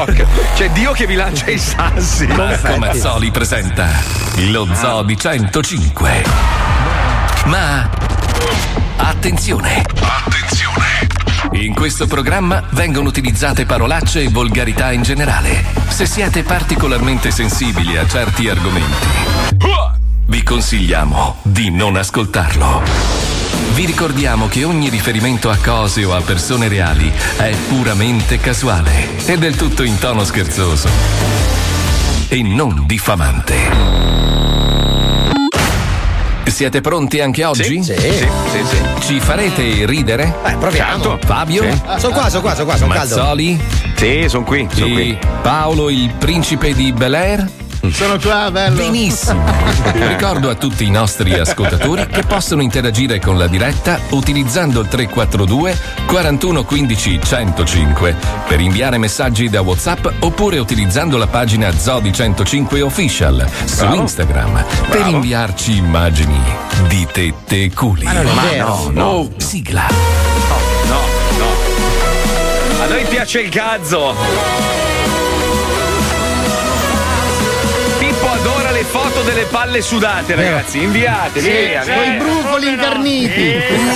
Porca. C'è Dio che vi lancia i sassi. Marco Mazzoli presenta lo Zoo di 105. Ma attenzione! In questo programma vengono utilizzate parolacce e volgarità in generale. Se siete particolarmente sensibili a certi argomenti, vi consigliamo di non ascoltarlo. Vi ricordiamo che ogni riferimento a cose o a persone reali è puramente casuale e del tutto in tono scherzoso e non diffamante. Siete pronti anche oggi? Sì. Ci farete ridere? Proviamo. Fabio? Sì. Sono qua, sono caldo. Mazzoli? Sì, sono qui. Paolo, il principe di Bel-Air? Sono qua, bello. Benissimo. Ricordo a tutti i nostri ascoltatori che possono interagire con la diretta utilizzando il 342 41 15 105 per inviare messaggi da WhatsApp oppure utilizzando la pagina Zodi 105 Official su Instagram per inviarci immagini di tette e culi. Ma non è vero. No. Sigla. No. A noi piace il gazzo. Adora le foto delle palle sudate, ragazzi. Inviate, via. Con i brufoli incarniti.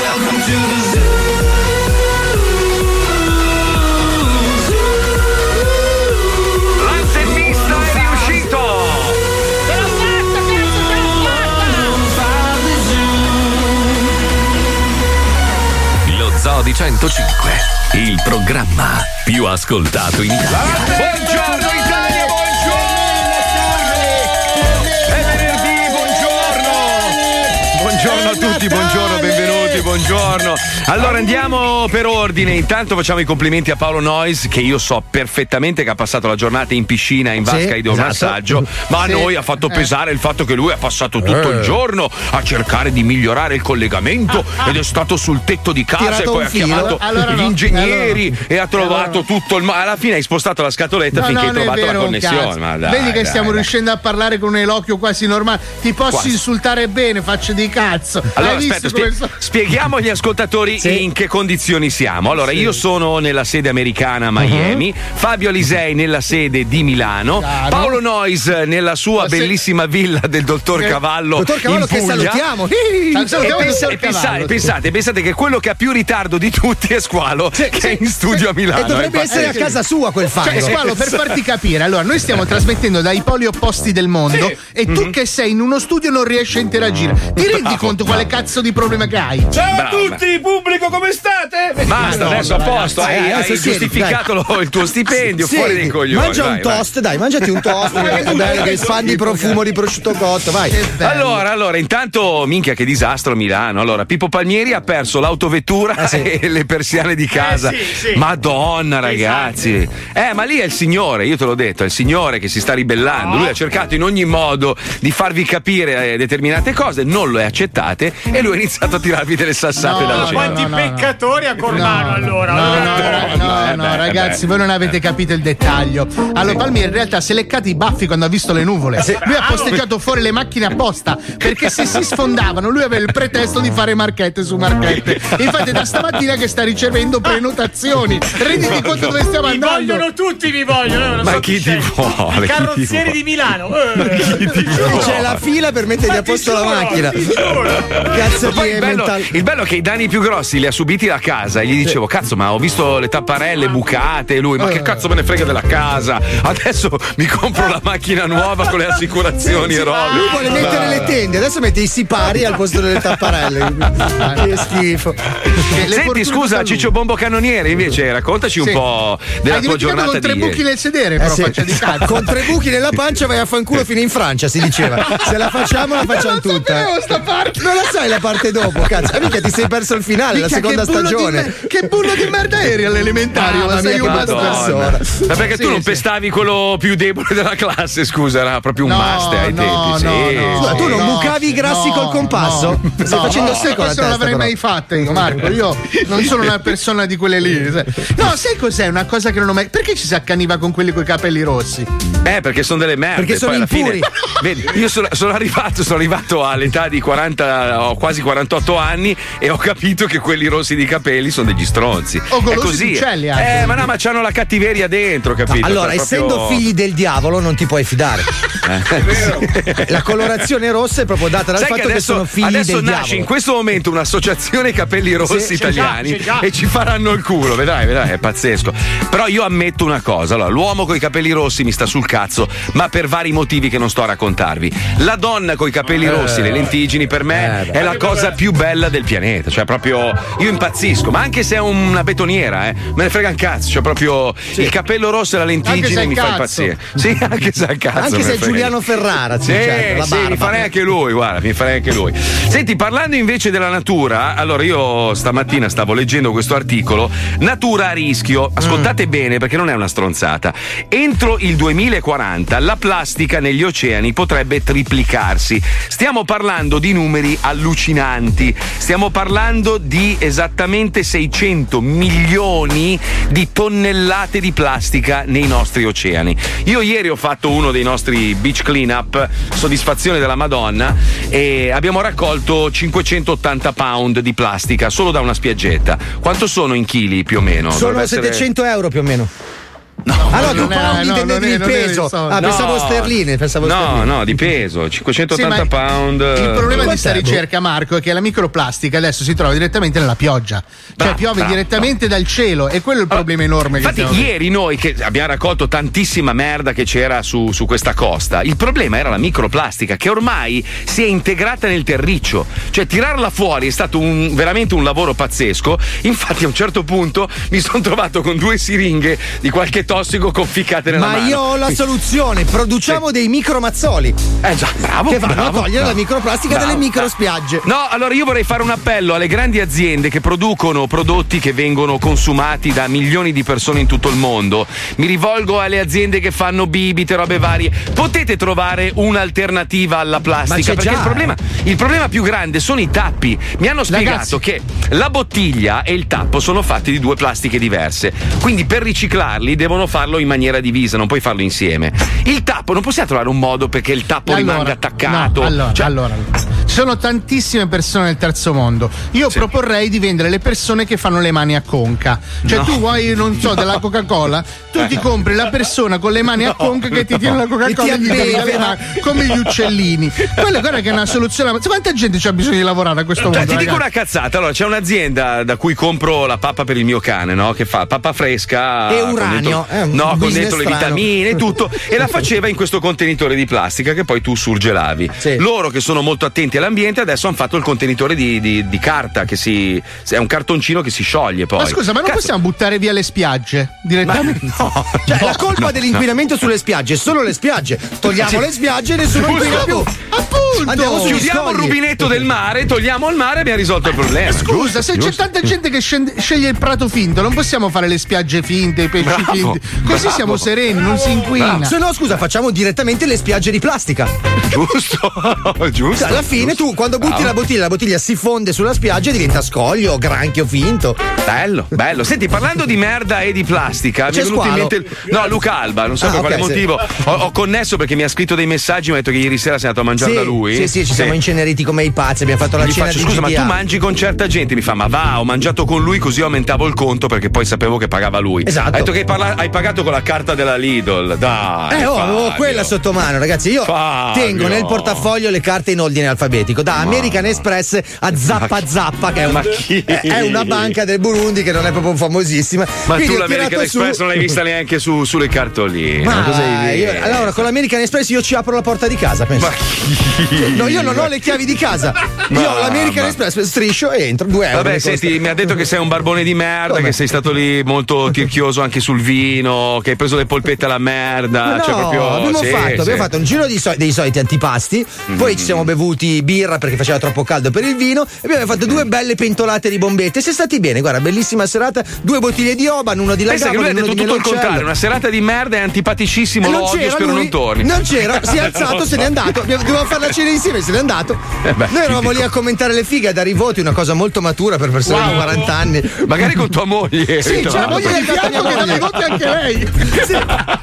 L'antennista è riuscito. Te l'ho fatto, Lo Zoo di 105, il programma più ascoltato in Italia. Buongiorno Italia, buongiorno a tutti, buongiorno, benvenuti, buongiorno. Allora andiamo per ordine. Intanto facciamo i complimenti a Paolo Noyes, che io so perfettamente che ha passato la giornata in piscina in vasca idromassaggio, ma a noi ha fatto pesare il fatto che lui ha passato tutto il giorno a cercare di migliorare il collegamento ed è stato sul tetto di casa e poi ha chiamato gli ingegneri e ha trovato tutto il alla fine hai spostato la scatoletta finché hai trovato la connessione. Ma dai, vedi che stiamo riuscendo a parlare con un eloquio quasi normale. Ti posso insultare bene, faccio di cazzo. Allora aspetta, spieghiamo agli ascoltatori in che condizioni siamo. Allora io sono nella sede americana a Miami, Fabio Alisei nella sede di Milano, Paolo Noyes nella sua bellissima villa del dottor Cavallo in Puglia. Che salutiamo. Pensate che quello che ha più ritardo di tutti è Squalo, che è in studio a Milano. E dovrebbe essere a casa sua quel fango. Cioè, Squalo, per farti capire, allora noi stiamo trasmettendo dai poli opposti del mondo e tu che sei in uno studio non riesci a interagire. Ti rendi conto quale cazzo di problema che hai? Ciao a tutti, pubblico, come state? Basta, adesso a posto, hai giustificato il tuo stipendio, fuori dei coglioni. Mangia un toast, dai, mangiati un toast che spandi il profumo di prosciutto cotto, vai. Allora, intanto, minchia che disastro a Milano. Allora, Pippo Palmieri ha perso l'autovettura e le persiane di casa. Madonna, ragazzi. Ma lì è il signore, io te l'ho detto, è il signore che si sta ribellando. Lui ha cercato in ogni modo di farvi capire determinate cose, non lo è accettate e lui ha iniziato a tirarvi delle sassate dal cielo. Quanti peccatori a Cormano allora? No, ragazzi, voi non avete capito il dettaglio. Allora, Palmieri in realtà si è leccato i baffi quando ha visto le nuvole. Lui ha posteggiato fuori le macchine apposta perché se si sfondavano lui aveva il pretesto di fare marchette su marchette. Infatti da stamattina che sta ricevendo prenotazioni. Renditi conto dove stiamo andando. Mi vogliono tutti, mi vogliono. Ma chi ti vuole? I carrozzieri di Milano. C'è la fila per mettergli a posto la macchina. Cazzo di il bello è che i danni più grossi li ha subiti la casa e gli dicevo cazzo ma ho visto le tapparelle bucate e lui ma che cazzo me ne frega della casa, adesso mi compro la macchina nuova con le assicurazioni e robe. Lui vuole mettere le tende, adesso mette i sipari al posto delle tapparelle. Che schifo. Senti scusa Ciccio Bombo Cannoniere, invece raccontaci un po' della tua giornata con 3 buchi nel sedere, però faccia di cazzo. Con 3 buchi nella pancia vai a fanculo fino in Francia, si diceva. Se la facciamo la facciamo tutta. Sta parte. Non la sai la parte dopo, cazzo. Mica ti sei perso il finale, la seconda stagione. Che bullo di merda eri all'elementare, ma sei una persona. Ma perché tu non pestavi quello più debole della classe, scusa, era proprio un master ai tempi. Scusa, tu non bucavi i grassi col compasso? Stai facendo secolo questo non l'avrei mai fatta io, Marco. Io non sono una persona di quelle lì. No, sai cos'è? Una cosa che non ho mai. Perché ci si accaniva con quelli coi capelli rossi? Perché sono delle merde. Perché sono poi alla impuri. Fine, vedi, io sono arrivato all'età di 40 o quasi 48 anni anni e ho capito che quelli rossi di capelli sono degli stronzi. O è golosi così. uccelli anche. Ma c'hanno la cattiveria dentro, capito? No, allora, essendo figli del diavolo, non ti puoi fidare. È vero. La colorazione rossa è proprio data dal Sai fatto che che sono figli del adesso diavolo. nasce in questo momento un'associazione capelli rossi italiani c'è già. e ci faranno il culo, vedrai, è pazzesco. Però io ammetto una cosa, allora, l'uomo con i capelli rossi mi sta sul cazzo, ma per vari motivi che non sto a raccontarvi. La donna con i capelli rossi, le lentiggini, per me è la cosa più bella del pianeta, cioè proprio io impazzisco, ma anche se è una betoniera, me ne frega un cazzo, cioè proprio il capello rosso e la lentiggine mi fa impazzire. Sì, anche se al cazzo. Anche se è Giuliano Ferrara, sì, certo, sì, mi farei anche lui, guarda, mi farei anche lui. Senti, parlando invece della natura, allora io stamattina stavo leggendo questo articolo, natura a rischio, ascoltate bene perché non è una stronzata. Entro il 2040 la plastica negli oceani potrebbe triplicarsi. Stiamo parlando di numeri allucinanti, stiamo parlando di esattamente 600 milioni di tonnellate di plastica nei nostri oceani. Io ieri ho fatto uno dei nostri beach clean up, soddisfazione della Madonna, e abbiamo raccolto 580 pound di plastica solo da una spiaggetta. Quanto sono in chili più o meno? Sono 700 euro più o meno. No, tu parli del peso. Pensavo sterline. No, di peso, 580 pound. Il problema di questa ricerca, Marco, è che la microplastica adesso si trova direttamente nella pioggia. Cioè piove direttamente dal cielo, e quello è il problema enorme. Infatti, ieri noi che abbiamo raccolto tantissima merda che c'era su questa costa, il problema era la microplastica che ormai si è integrata nel terriccio. Cioè, tirarla fuori è stato veramente un lavoro pazzesco. Infatti, a un certo punto mi sono trovato con 2 siringhe di qualche tossico conficcate nella mano. Ma io ho la soluzione, produciamo dei micromazzoli. Già, bravo. Che vanno a togliere la microplastica dalle microspiagge. No, allora io vorrei fare un appello alle grandi aziende che producono prodotti che vengono consumati da milioni di persone in tutto il mondo. Mi rivolgo alle aziende che fanno bibite, robe varie. Potete trovare un'alternativa alla plastica? Perché il problema più grande sono i tappi. Mi hanno spiegato che la bottiglia e il tappo sono fatti di 2 plastiche diverse. Quindi per riciclarli devono farlo in maniera divisa, non puoi farlo insieme. Il tappo, non possiamo trovare un modo perché il tappo rimanga attaccato? Allora, ci sono tantissime persone nel terzo mondo. Io proporrei di vendere le persone che fanno le mani a conca. Cioè, tu vuoi, non so, della Coca-Cola, tu ti compri la persona con le mani a conca che ti tiene la Coca-Cola e gli devi dalle mani, come gli uccellini. Quella guarda che è una soluzione. Ma quanta gente c'ha bisogno di lavorare a questo mondo? Ti dico una cazzata. Allora, c'è un'azienda da cui compro la pappa per il mio cane, no? Che fa pappa fresca e uranio. Con dentro le vitamine e tutto, e la faceva in questo contenitore di plastica che poi tu surgelavi. Loro, che sono molto attenti all'ambiente, adesso hanno fatto il contenitore di carta che è un cartoncino che si scioglie poi. Ma scusa, ma non possiamo buttare via le spiagge direttamente? La colpa dell'inquinamento sulle spiagge, solo le spiagge. Togliamo le spiagge e nessuno inquina più. Appunto. Chiudiamo il rubinetto del mare, togliamo il mare e abbiamo risolto il problema. Scusa, se c'è tanta gente che sceglie il prato finto, non possiamo fare le spiagge finte, i pesci finti. Così siamo sereni, non si inquina. Se no, scusa, facciamo direttamente le spiagge di plastica. Giusto. Alla fine tu, quando butti la bottiglia si fonde sulla spiaggia e diventa scoglio, granchio finto. Bello. Senti, parlando di merda e di plastica, mi è venuto in mente Luca Alba, non so per quale motivo. Ho connesso perché mi ha scritto dei messaggi, mi ha detto che ieri sera sei andato a mangiare da lui. Sì, ci siamo inceneriti come i pazzi, abbiamo fatto la cena di scusa, GDA. ma tu mangi con certa gente? Mi fa, ma va, ho mangiato con lui così aumentavo il conto perché poi sapevo che pagava lui. Esatto. Ha detto che hai pagato con la carta della Lidl, dai. Ho quella sotto mano, ragazzi. Io tengo nel portafoglio le carte in ordine alfabetico, da American Express a Zappa Zappa, che è una banca del Burundi che non è proprio famosissima. Ma quindi tu l'American Express non l'hai vista neanche sulle cartoline. Allora, con l'American Express io ci apro la porta di casa, penso. No, io non ho le chiavi di casa. Io ho l'American Express, striscio e entro 2 euro. Vabbè, senti, mi ha detto che sei un barbone di merda, che sei stato lì molto tirchioso anche sul vino, che hai preso le polpette alla merda. Abbiamo fatto un giro dei soliti antipasti, poi ci siamo bevuti birra perché faceva troppo caldo per il vino e abbiamo fatto 2 belle pentolate di bombette. Siamo stati bene, guarda, bellissima serata, 2 bottiglie di Oban, uno di Lagavulin, uno di Meloncello. Tutto il contrario, una serata di merda, è antipaticissimo, lo odio, spero non torni. Non c'era, si è alzato, se n'è andato. Dovevamo fare la cena insieme, se n'è andato. Noi eravamo lì a commentare le fighe, a dare i voti, una cosa molto matura per persone di 40 anni. Magari con tua moglie. Sì, c'è la moglie del fianco che dava i voti anche lei. Sì. È arrivata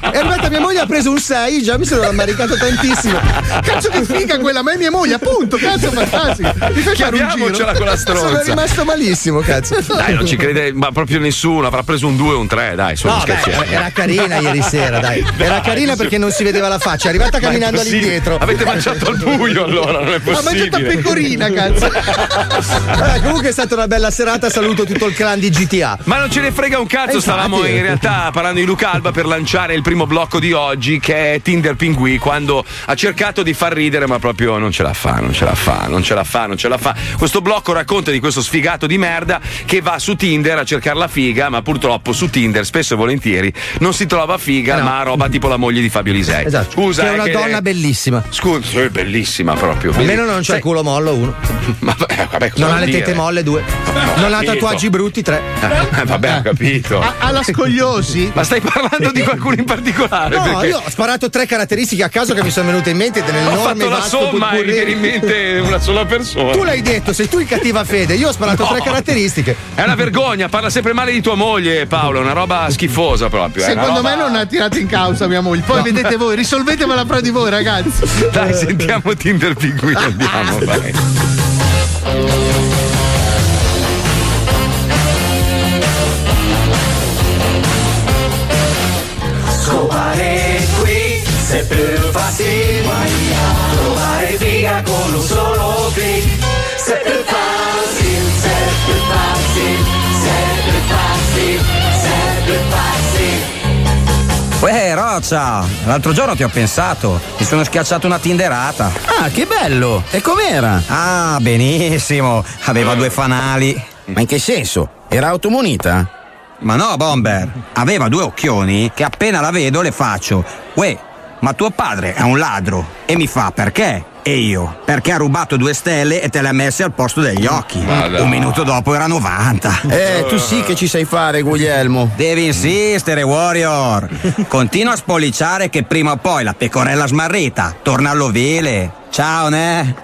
volta mia moglie ha preso un 6, già mi sono rammaricato tantissimo. Cazzo che figa quella, ma è mia moglie, appunto, cazzo fantastico. Mi fai fare un giro. Chiamiamocela con la stronza. Sono rimasto malissimo, cazzo. Dai, non ci crede, ma proprio nessuno. Avrà preso un 2 o un 3, dai, sono scherzi. Era carina ieri sera, dai. Era carina perché non si vedeva la faccia, è arrivata camminando all'indietro. Avete mangiato al buio allora, non è possibile. Ha mangiato a pecorina, cazzo. Comunque è stata una bella serata, saluto tutto il clan di GTA. Ma non ce ne frega un cazzo, stavamo in realtà parlando di Luca Alba per lanciare il primo blocco di oggi, che è Tinder Pinguì, quando ha cercato di far ridere ma proprio non ce la fa. Questo blocco racconta di questo sfigato di merda che va su Tinder a cercare la figa, ma purtroppo su Tinder spesso e volentieri non si trova figa, ma roba tipo la moglie di Fabio Lisei. Esatto. Scusa, che è una donna bellissima. Scusa, è bellissima proprio. Almeno non c'è il culo mollo, 1. Ma vabbè, cosa non ha vuol le tette dire? molle, 2. Non ha tatuaggi brutti, 3. Vabbè, ho capito. Ha la scoliosi. Ma stai parlando di qualcuno in particolare? No, perché io ho sparato 3 caratteristiche a caso che mi sono venute in mente ho nell'enorme fatto la vasto somma e potpourri. mi viene in mente una sola persona. Tu l'hai detto, sei tu in cattiva fede. Io ho sparato 3 caratteristiche. È una vergogna, parla sempre male di tua moglie, Paolo. È una roba schifosa proprio. Secondo me non ha tirato in causa mia moglie. Poi vedete voi, risolvetevela fra di voi, ragazzi. Dai, sentiamo Tinder Pinguì, andiamo, vai. Scopare qui, se più facile, trovare figa con un solo clic. Se più facile, se più facile, se più facile, se più facile. Uè, Roccia, l'altro giorno ti ho pensato, mi sono schiacciato una tinderata. Ah, che bello! E com'era? Ah, benissimo, aveva 2 fanali. Ma in che senso? Era automunita? Ma no, Bomber, aveva 2 occhioni che appena la vedo le faccio: uè, ma tuo padre è un ladro. E mi fa: perché? E io: perché ha rubato 2 stelle e te le ha messe al posto degli occhi. Un minuto dopo era 90. Tu sì che ci sai fare, Guglielmo. Devi insistere, Warrior. Continua a spolliciare che prima o poi la pecorella smarrita torna all'ovile. Ciao, ne?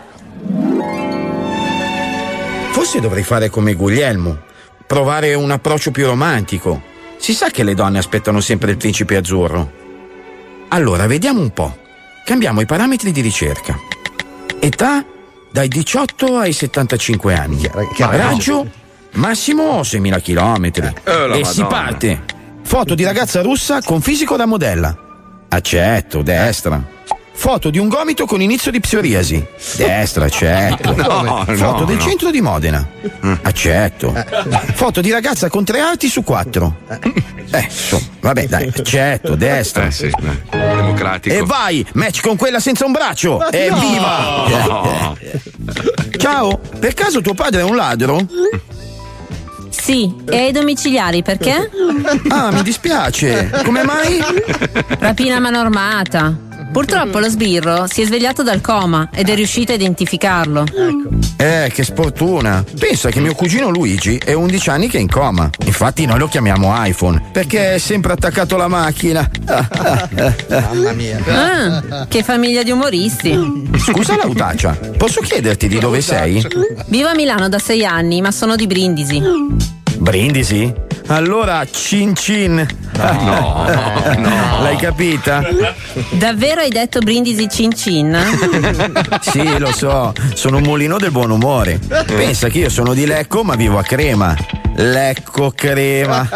Forse dovrei fare come Guglielmo. Provare un approccio più romantico. Si sa che le donne aspettano sempre il principe azzurro. Allora, vediamo un po'. Cambiamo i parametri di ricerca. Età dai 18 ai 75 anni. Raggio massimo 6.000 chilometri. E si parte. Foto di ragazza russa con fisico da modella. Accetto, destra. Foto di un gomito con inizio di psoriasi. Destra, accetto. Foto del centro di Modena. Accetto. Foto di ragazza con 3 arti su 4. Insomma, vabbè, dai, accetto, destra. Sì, democratico. E vai, match con quella senza un braccio. Evviva! No. Ciao, per caso tuo padre è un ladro? Sì, e ai domiciliari perché? Ah, mi dispiace. Come mai? Rapina manormata. Purtroppo lo sbirro si è svegliato dal coma ed è riuscito a identificarlo. Che sfortuna. Pensa che mio cugino Luigi è 11 anni che è in coma. Infatti noi lo chiamiamo iPhone, perché è sempre attaccato alla macchina. Mamma mia. Ah, che famiglia di umoristi. Scusa Lautaccia, posso chiederti di dove sei? Vivo a Milano da 6 anni, ma sono di Brindisi. Brindisi? Allora Cin Cin. No. L'hai capita? Davvero hai detto Brindisi Cin Cin? Sì, lo so, sono un mulino del buon umore. Pensa che io sono di Lecco ma vivo a Crema. Lecco Crema.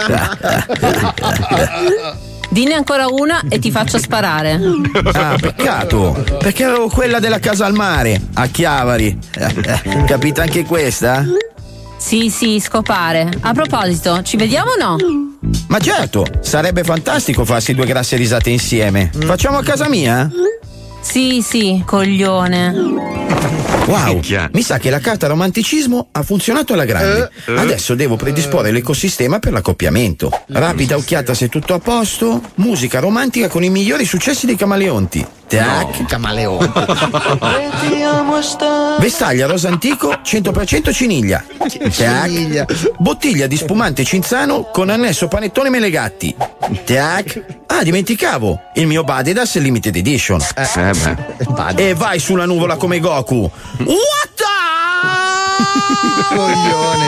Dinne ancora una e ti faccio sparare. Ah, peccato, perché ero quella della casa al mare, a Chiavari. Capita anche questa? Sì, scopare. A proposito, ci vediamo o no? Ma certo, sarebbe fantastico farsi 2 grasse risate insieme. Facciamo a casa mia? Sì, coglione. Wow, mi sa che la carta romanticismo ha funzionato alla grande. Adesso devo predisporre l'ecosistema per l'accoppiamento. Rapida occhiata se è tutto a posto. Musica romantica con i migliori successi dei Camaleonti. Tac. Camaleonti. Vestaglia rosa antico 100% ciniglia. Tac. Bottiglia di spumante Cinzano con annesso panettone Melegatti. Tac. Ah, dimenticavo, il mio Badedas Limited Edition. E vai sulla nuvola come Goku. What the? Coglione.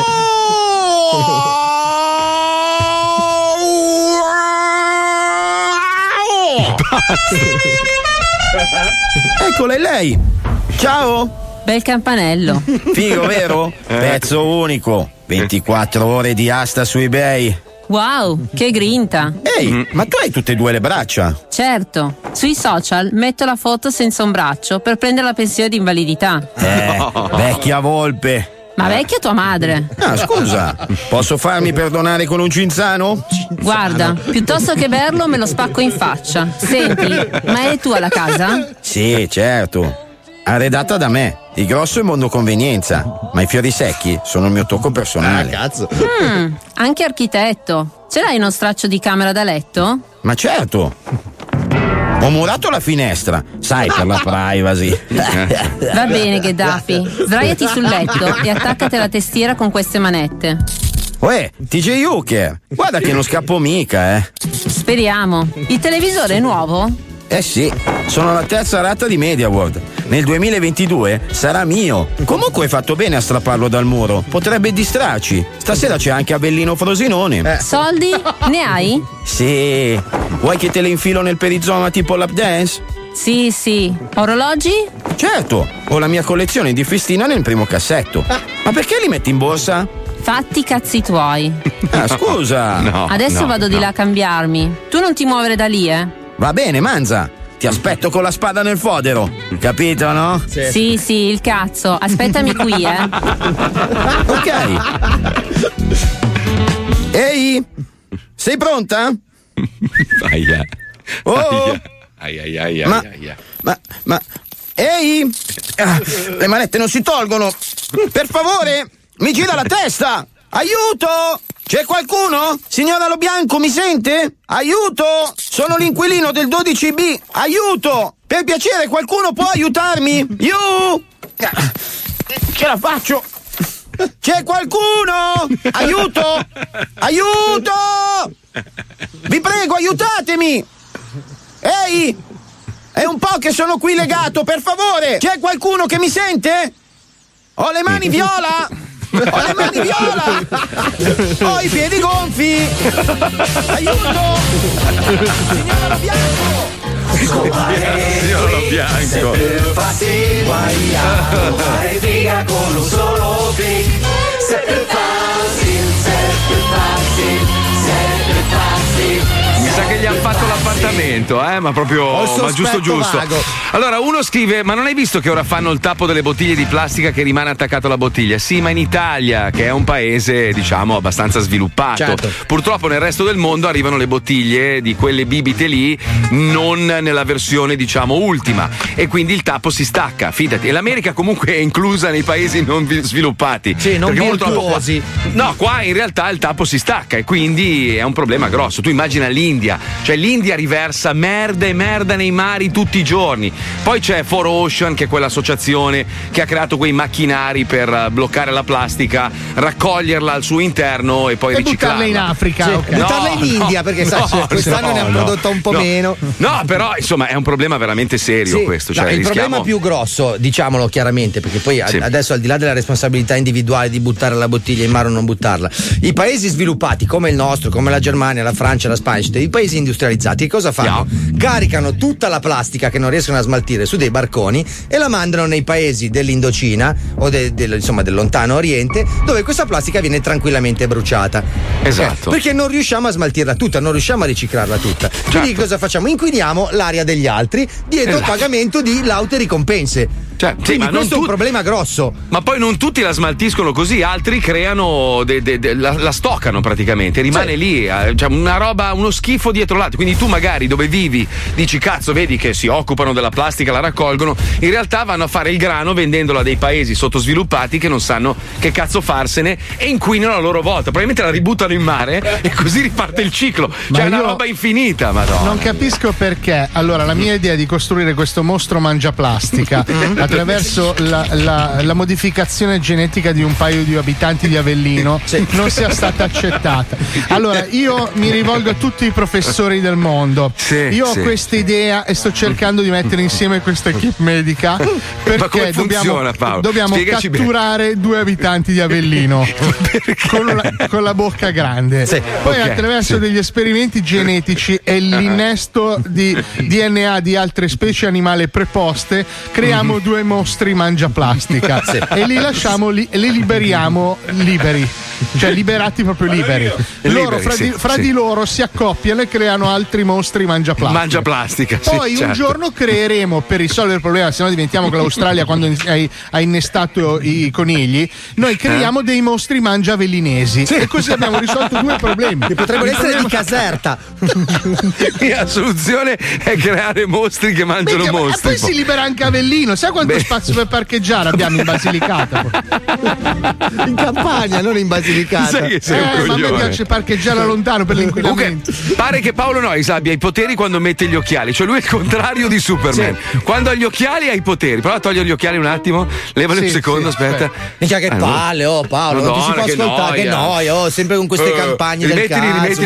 Eccola, è lei. Ciao. Bel campanello. Figo, vero? Pezzo unico. 24 ore di asta su eBay. Wow, che grinta. Ehi, ma tu hai tutte e due le braccia? Certo, sui social metto la foto senza un braccio per prendere la pensione di invalidità. Vecchia volpe. Ma vecchia tua madre. Ah, scusa, posso farmi perdonare con un cinzano? Guarda, piuttosto che berlo me lo spacco in faccia. Senti, ma è tua la casa? Sì, certo. Arredata da me. Il grosso è mondo convenienza, ma i fiori secchi sono il mio tocco personale. Cazzo. Anche architetto. Ce l'hai uno straccio di camera da letto? Ma certo. Ho murato la finestra, sai, per la privacy. Va bene, Gheddafi. Sdraiati sul letto e attaccati alla tastiera con queste manette. Uè, TJ Hooker, guarda che non scappo mica, Speriamo. Il televisore è nuovo? Eh sì, sono alla terza rata di MediaWorld. Nel 2022 sarà mio. Comunque hai fatto bene a strapparlo dal muro. Potrebbe distrarci. Stasera c'è anche Avellino Frosinone. Soldi? Ne hai? Sì. Vuoi che te le infilo nel perizoma tipo lap dance? Sì. Orologi? Certo. Ho la mia collezione di festina nel primo cassetto. Ma perché li metti in borsa? Fatti i cazzi tuoi. Ah, scusa. Adesso vado di là a cambiarmi. Tu non ti muovere da lì, Va bene, Manza. Ti aspetto con la spada nel fodero. Capito, no? Sì, il cazzo. Aspettami qui, Ok. Ehi, sei pronta? Aia. Oh. Aia. Ma. Ehi! Le manette non si tolgono. Per favore, mi gira la testa. Aiuto! C'è qualcuno? Signora Lo Bianco, mi sente? Aiuto! Sono l'inquilino del 12B. Aiuto! Per piacere, qualcuno può aiutarmi? Ce la faccio! C'è qualcuno? Aiuto! Aiuto! Vi prego, aiutatemi! Ehi! È un po' che sono qui legato, per favore! C'è qualcuno che mi sente? Ho le mani viola! Ho le mani viola! Ho i piedi gonfi! Aiuto! Signora Lo Bianco! Signora Lo Bianco! Se più facile fare figa con un solo clic. Se più facile, se più facile, se più facile. Mi sa che gli hanno fatto l'appartamento, ma proprio ma giusto. Vago. Allora uno scrive: ma non hai visto che ora fanno il tappo delle bottiglie di plastica che rimane attaccato alla bottiglia? Sì, ma in Italia, che è un paese diciamo abbastanza sviluppato, certo. Purtroppo nel resto del mondo arrivano le bottiglie di quelle bibite lì non nella versione diciamo ultima e quindi il tappo si stacca, fidati. E l'America comunque è inclusa nei paesi non sviluppati. Sì, non virtuosi. No, qua in realtà il tappo si stacca e quindi è un problema grosso. Tu immagina l'India, cioè l'India riversa merda e merda nei mari tutti i giorni. Poi c'è 4Ocean, che è quell'associazione che ha creato quei macchinari per bloccare la plastica, raccoglierla al suo interno e poi riciclarla. Buttarla in Africa, okay. Buttarla in India, perché quest'anno ne ha prodotta un po' meno. No, però insomma è un problema veramente serio questo. Cioè, il problema più grosso, diciamolo chiaramente, perché poi adesso al di là della responsabilità individuale di buttare la bottiglia in mare o non buttarla, i paesi sviluppati come il nostro, come la Germania, la Francia, la Spagna, i paesi industrializzati cosa fanno? Caricano tutta la plastica che non riescono a smaltire su dei barconi e la mandano nei paesi dell'Indocina o insomma del lontano oriente, dove questa plastica viene tranquillamente bruciata. Esatto. Perché non riusciamo a smaltirla tutta, non riusciamo a riciclarla tutta. Quindi cosa facciamo? Inquiniamo l'aria degli altri dietro il pagamento di laute ricompense. Quindi questo è un problema grosso. Ma poi non tutti la smaltiscono così, altri creano la stoccano praticamente, rimane lì, cioè una roba, uno schifo dietro l'altro. Quindi tu magari dove vivi dici cazzo, vedi che si occupano della plastica, la raccolgono, in realtà vanno a fare il grano vendendola a dei paesi sottosviluppati che non sanno che cazzo farsene e inquinano a loro volta, probabilmente la ributtano in mare e così riparte il ciclo. Cioè è una roba infinita, madonna. Non capisco perché. Allora, la mia idea di costruire questo mostro mangiaplastica attraverso la modificazione genetica di un paio di abitanti di Avellino non sia stata accettata. Allora, io mi rivolgo a tutti i professori del mondo. Io ho questa idea e sto cercando di mettere insieme questa equipe medica perché dobbiamo catturare 2 abitanti di Avellino con la bocca grande. Poi attraverso degli esperimenti genetici e l'innesto di DNA di altre specie animali preposte creiamo 2 mostri mangiaplastica e li lasciamo li liberiamo liberi, cioè liberati proprio liberi. Loro fra di loro si accoppiano e creano altri mostri mangiaplastica. Poi un giorno creeremo, per risolvere il problema, se no diventiamo con l'Australia quando ha innestato i conigli, noi creiamo dei mostri mangiavellinesi e così abbiamo risolto 2 problemi che potrebbero essere di Caserta. La soluzione è creare mostri che mangiano mostri. E poi si libera anche Avellino. Sai quanto spazio per parcheggiare abbiamo in Basilicata? In Campania, non in Basilicata. Sai che sei un ma a coglione. me piace parcheggiare lontano per l'inquinamento. Pare che Paolo Noyes abbia i poteri quando mette gli occhiali, cioè lui è il contrario di Superman. Quando ha gli occhiali ha i poteri. Prova a togliere gli occhiali un attimo, levali un secondo, aspetta. Mica che palle, Paolo, non ti si può ascoltare, che noia, sempre con queste campagne del cazzo.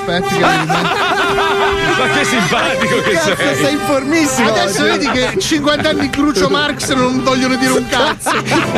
Aspetta. Ma che simpatico che sei. Sei informissimo. Adesso vedi che 50 anni Groucho Marx non vogliono dire un cazzo.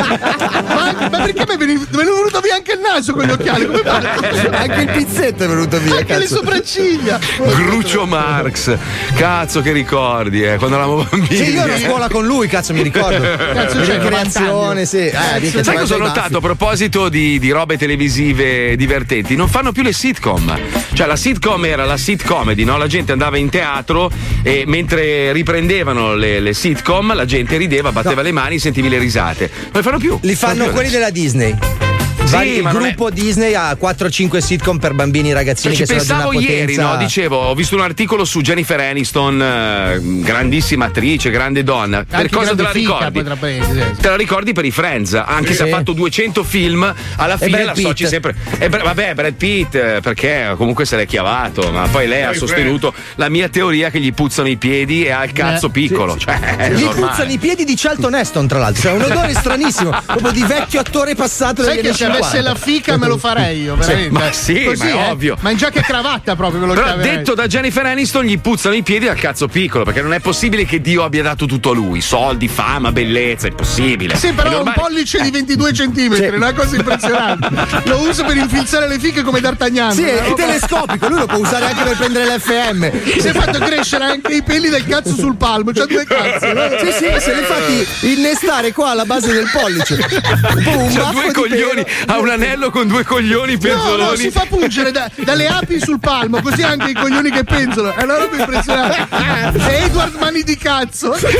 ma perché mi è venuto via anche il naso con gli occhiali? Come fai? Anche il pizzetto è venuto via. Anche le sopracciglia. Groucho Marx. Cazzo che ricordi, quando eravamo bambini. Sì, io ero a scuola con lui, cazzo mi ricordo. Cazzo c'è creazione, sì. Sai cosa ho notato a proposito di robe televisive divertenti? Non fanno più le sitcom. Cioè la sitcom era la sitcomedy, no? La gente andava in teatro e mentre riprendevano le sitcom la gente rideva, batteva le mani, sentivi le risate. Non le fanno più. Li fanno quelli della Disney. Il gruppo Disney ha 4-5 sitcom per bambini e ragazzini che sono di una pensavo ieri, potenza... no? Dicevo, ho visto un articolo su Jennifer Aniston, grandissima attrice, grande donna. Per cosa te la ricordi? Te la ricordi per i Friends, anche se ha fatto 200 film, alla fine la associ sempre. Vabbè, Brad Pitt, perché comunque se l'è chiavato, ma poi lei ha sostenuto la mia teoria che gli puzzano i piedi e ha il cazzo piccolo. Cioè, gli puzzano i piedi di Charlton Heston, tra l'altro, cioè un odore stranissimo, proprio di vecchio attore passato dagli anni 50. Se la fica me lo farei io, veramente. Ma sì, così, ma è ovvio. Ma in giacca e cravatta proprio me lo Però chiamerei. detto da Jennifer Aniston gli puzzano i piedi al cazzo piccolo, perché non è possibile che Dio abbia dato tutto a lui, soldi, fama, bellezza, è impossibile. Sì, però un pollice di 22 centimetri, è una cosa impressionante. Lo uso per infilzare le fiche come D'Artagnan. Sì, è telescopico, lui lo può usare anche per prendere l'FM. Si è fatto crescere anche i peli del cazzo sul palmo, c'ha 2 cazzi, no? Sì, se li ha fatti innestare qua alla base del pollice. C'ha 2 coglioni, ha un anello con 2 coglioni penzoloni. No, si fa pungere dalle api sul palmo, così anche i coglioni che penzolano. È una roba impressionante. È Edward Mani di cazzo. E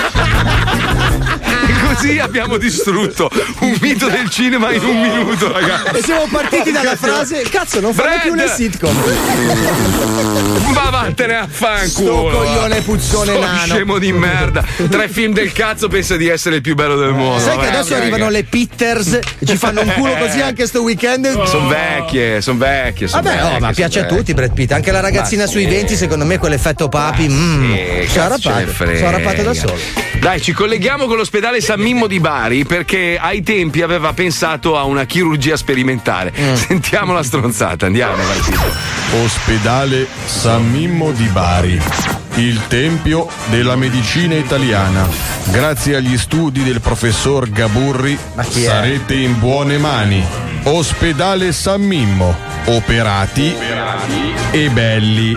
così abbiamo distrutto un mito del cinema in un minuto, ragazzi. E siamo partiti dalla frase: cazzo, non fanno più le sitcom. Ma vattene a fanculo. Sto coglione puzzone nano. Scemo di merda. 3 film del cazzo, pensa di essere il più bello del mondo. Sai che adesso arrivano le Pitters e ci fanno un culo così anche sto weekend? Sono vecchie. Vabbè, ma piace a tutti Brad Pitt. Anche la ragazzina sui 20, secondo me, quell'effetto papi. Sono arrappato da solo. Dai, ci colleghiamo con l'ospedale San Mimmo di Bari perché ai tempi aveva pensato a una chirurgia sperimentale. Sentiamo la stronzata, andiamo. Vai. Ospedale San Mimmo di Bari, il tempio della medicina italiana. Grazie agli studi del professor Gaburri sarete in buone mani. Ospedale San Mimmo, operati e belli.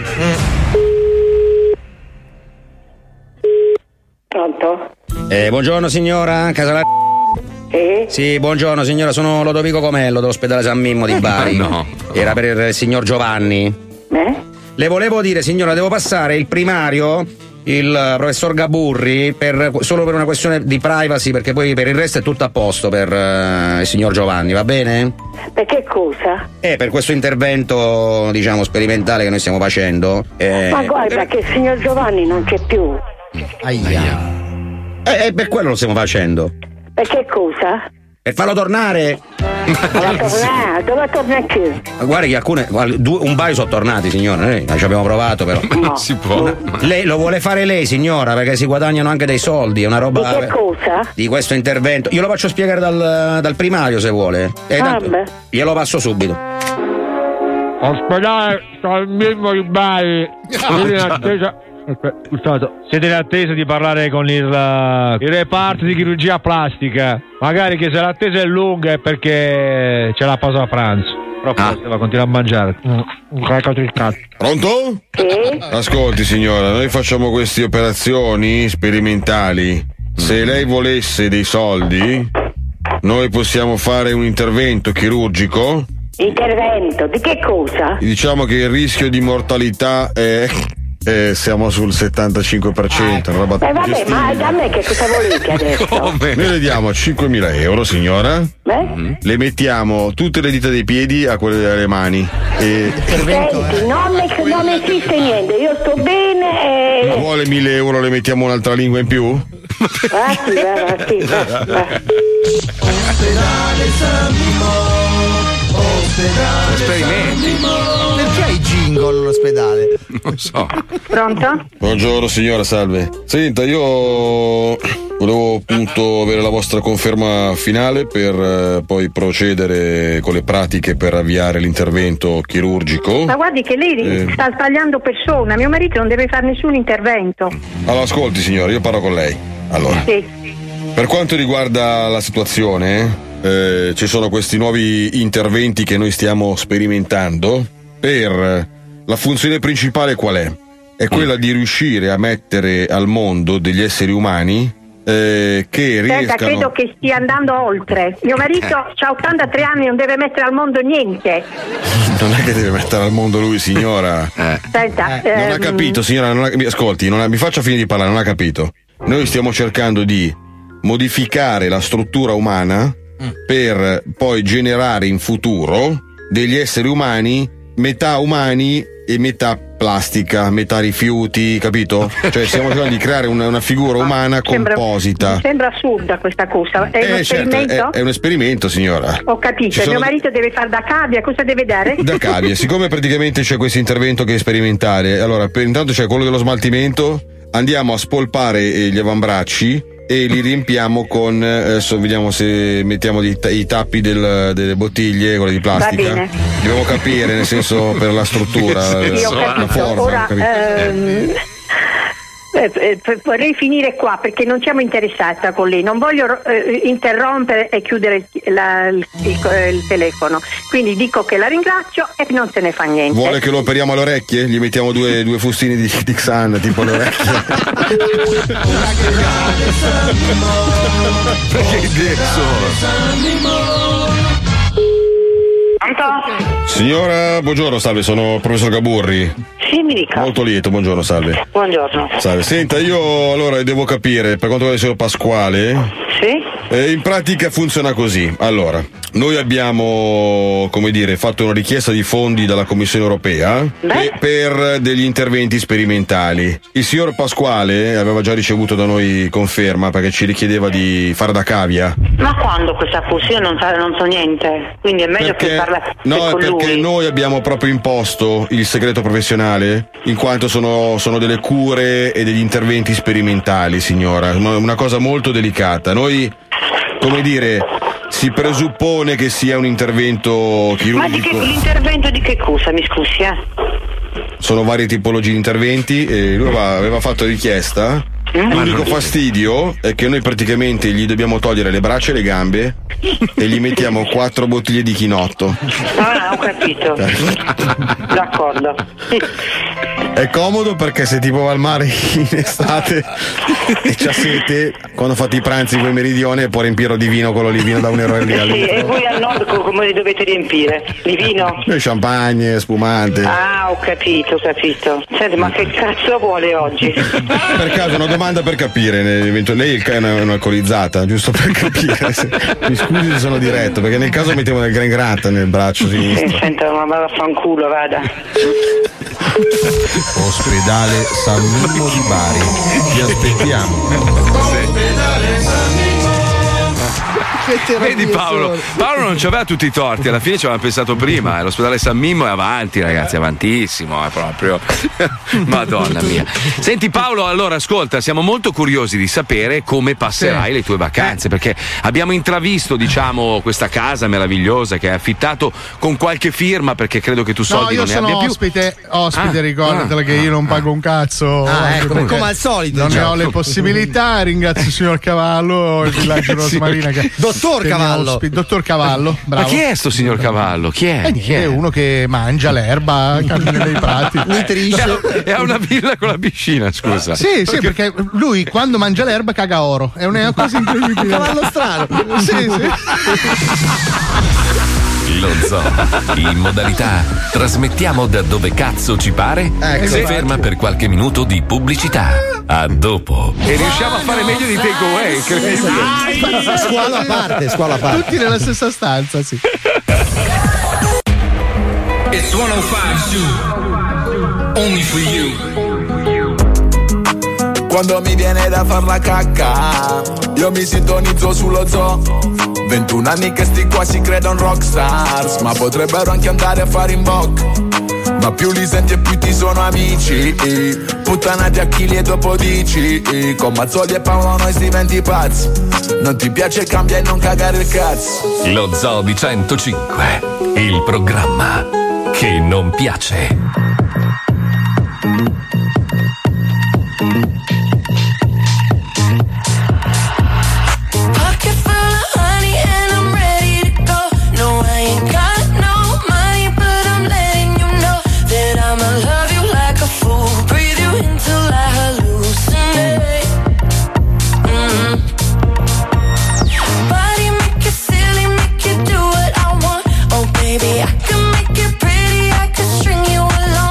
Pronto? Buongiorno signora, Casala. Sì, buongiorno signora, sono Lodovico Comello dell'ospedale San Mimmo di Bari. No. Era per il signor Giovanni. Le volevo dire signora, devo passare il primario, il professor Gaburri, solo per una questione di privacy, perché poi per il resto è tutto a posto per il signor Giovanni, va bene? Per che cosa? Per questo intervento, diciamo, sperimentale che noi stiamo facendo. Ma guarda che il signor Giovanni non c'è più. Per quello lo stiamo facendo. Per che cosa? Per farlo tornare. Dove torna chi? Ma guarda che un paio sono tornati, signora. Noi ci abbiamo provato, però. Non si può. Lei lo vuole fare lei, signora, perché si guadagnano anche dei soldi. È una roba. Di che cosa? Di questo intervento. Io lo faccio spiegare dal primario, se vuole. Glielo passo subito. Ospedale San Mimmo di Bari. Siete in attesa. Scusate, siete in attesa di parlare con il reparto di chirurgia plastica. Magari che se l'attesa è lunga è perché c'è la pausa a pranzo. Però va continuare a mangiare. Pronto? Sì. Ascolti, signora, noi facciamo queste operazioni sperimentali. Se lei volesse dei soldi, noi possiamo fare un intervento chirurgico. Intervento? Di che cosa? Diciamo che il rischio di mortalità è siamo sul 75%. Una roba Vabbè, ma da me che cosa volete adesso? Noi le diamo 5.000 euro, signora. Le mettiamo tutte le dita dei piedi a quelle delle mani. Senti, non esiste niente, io sto bene e... Vuole 1.000 euro, le mettiamo un'altra lingua in più? Va. Ospedale San Mimmo. Esperimenti. Perché hai jingle all'ospedale? Non so. Pronto? Buongiorno signora, salve. Senta, io volevo appunto avere la vostra conferma finale per poi procedere con le pratiche per avviare l'intervento chirurgico. Ma guardi che lei sta sbagliando persona, mio marito non deve fare nessun intervento. Allora ascolti signora, io parlo con lei. Allora, per quanto riguarda la situazione, ci sono questi nuovi interventi che noi stiamo sperimentando. Per la funzione principale qual è? È quella di riuscire a mettere al mondo degli esseri umani che riescano... Senta, credo che stia andando oltre. Mio marito ha 83 anni e non deve mettere al mondo niente. Non è che deve mettere al mondo lui, signora. Senta, non ha capito, signora, ascolti, mi faccia finire di parlare, non ha capito. Noi stiamo cercando di modificare la struttura umana per poi generare in futuro degli esseri umani, metà umani e metà plastica, metà rifiuti, capito? Cioè stiamo cercando di creare una figura umana composita. Mi sembra assurda questa cosa. È un esperimento? Certo, è un esperimento, signora. Ho capito, mio marito deve fare da cavia, cosa deve dare? Da cavia, siccome praticamente c'è questo intervento che è sperimentale, allora intanto c'è quello dello smaltimento, andiamo a spolpare gli avambracci e li riempiamo con adesso vediamo se mettiamo i tappi delle bottiglie, quelle di plastica. Va bene. Dobbiamo capire, nel senso, per la struttura, la forma. Ora, vorrei finire qua perché non siamo interessata con lei, non voglio interrompere e chiudere il telefono, quindi dico che la ringrazio e non se ne fa niente. Vuole che lo operiamo alle orecchie? Gli mettiamo due fustini di Xan tipo alle orecchie. Perché idee sono? Signora, buongiorno, salve, sono il professor Gaburri. Sì, mi dica. Molto lieto, buongiorno, salve. Buongiorno. Salve, senta, io allora devo capire, per quanto riguarda il signor Pasquale. Sì? In pratica funziona così. Allora, noi abbiamo, come dire, fatto una richiesta di fondi dalla Commissione Europea per degli interventi sperimentali. Il signor Pasquale aveva già ricevuto da noi conferma perché ci richiedeva di fare da cavia. Ma quando questa funzione non so niente, quindi è meglio che parlare con perché lui. noi abbiamo proprio imposto il segreto professionale, in quanto sono delle cure e degli interventi sperimentali, signora, una cosa molto delicata. Noi, come dire, si presuppone che sia un intervento chirurgico. Ma l'intervento di che cosa, mi scusi? Sono varie tipologie di interventi e lui aveva fatto richiesta. L'unico fastidio è che noi praticamente gli dobbiamo togliere le braccia e le gambe e gli mettiamo 4 bottiglie di chinotto. Ah, ho capito. D'accordo. È comodo perché se tipo va al mare in estate e c'ha sete, quando fate i pranzi con il meridione può riempirlo di vino, quello lì, vino da €1 al litro. Sì, e voi al nord come li dovete riempire? Di vino? Noi champagne, spumante. Ah, ho capito. Senti, ma che cazzo vuole oggi? Per caso una domanda per capire, lei è un'alcolizzata, giusto per capire. Mi scusi se sono diretto, perché nel caso mettevo del Gran Grata nel braccio sinistro. Senta, ma vaffanculo, vada. Ospedale San Mimmo di Bari. Ti aspettiamo. Ospedale San Mimmo. Vedi Paolo non c'aveva tutti i torti, alla fine ci aveva pensato prima, l'ospedale San Mimmo è avanti ragazzi, avantissimo, è proprio Madonna mia. Senti Paolo, allora ascolta, siamo molto curiosi di sapere come passerai le tue vacanze, perché abbiamo intravisto diciamo questa casa meravigliosa che hai affittato con qualche firma, perché credo che tu soldi non ne abbia più. Io sono ospite, ricordatela che io non pago un cazzo. Ecco, come al solito. Non ne ho le possibilità, ringrazio il signor Cavallo, il villaggio Rosmarina che Dottor Cavallo. Dottor Cavallo, bravo. Ma chi è sto signor Cavallo? Chi è? È uno che mangia l'erba, cammina nei prati, nutrisce. E ha una villa con la piscina, scusa. Sì, perché lui quando mangia l'erba caga oro. È una cosa incredibile. Un cavallo strano. Sì. Lo Zoo, in modalità trasmettiamo da dove cazzo ci pare, si ferma per qualche minuto di pubblicità. A dopo. E riusciamo a fare meglio di Take Away. Scuola a parte. Tutti nella stessa stanza, sì. It's 105 only for you. Quando mi viene da far la cacca, io mi sintonizzo sullo Zoo. 21 anni che sti qua si credono rockstars, ma potrebbero anche andare a fare in bocca. Ma più li senti e più ti sono amici, puttanati a chili e dopo dici, con Mazzoli e Paolo noi diventi pazzi. Non ti piace cambia e non cagare il cazzo. Lo Zoo di 105, il programma che non piace. Baby, I can make it pretty, I can string you along.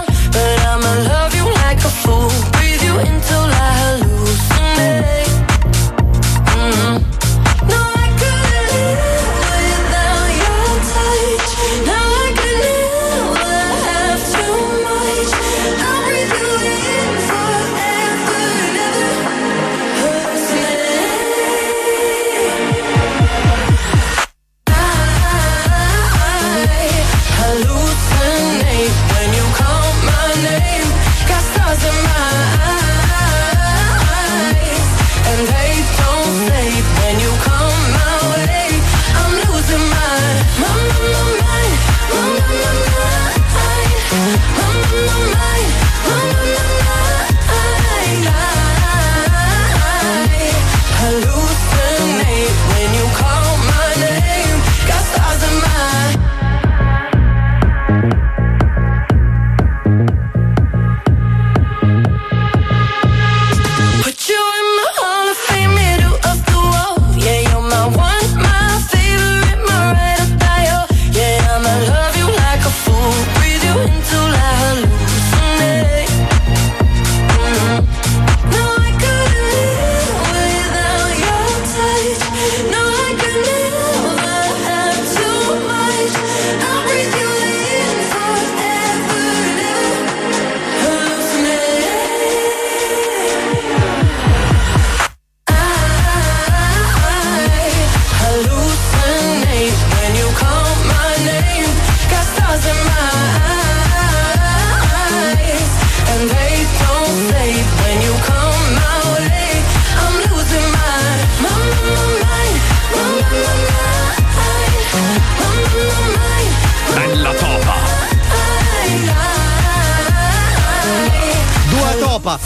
Topa.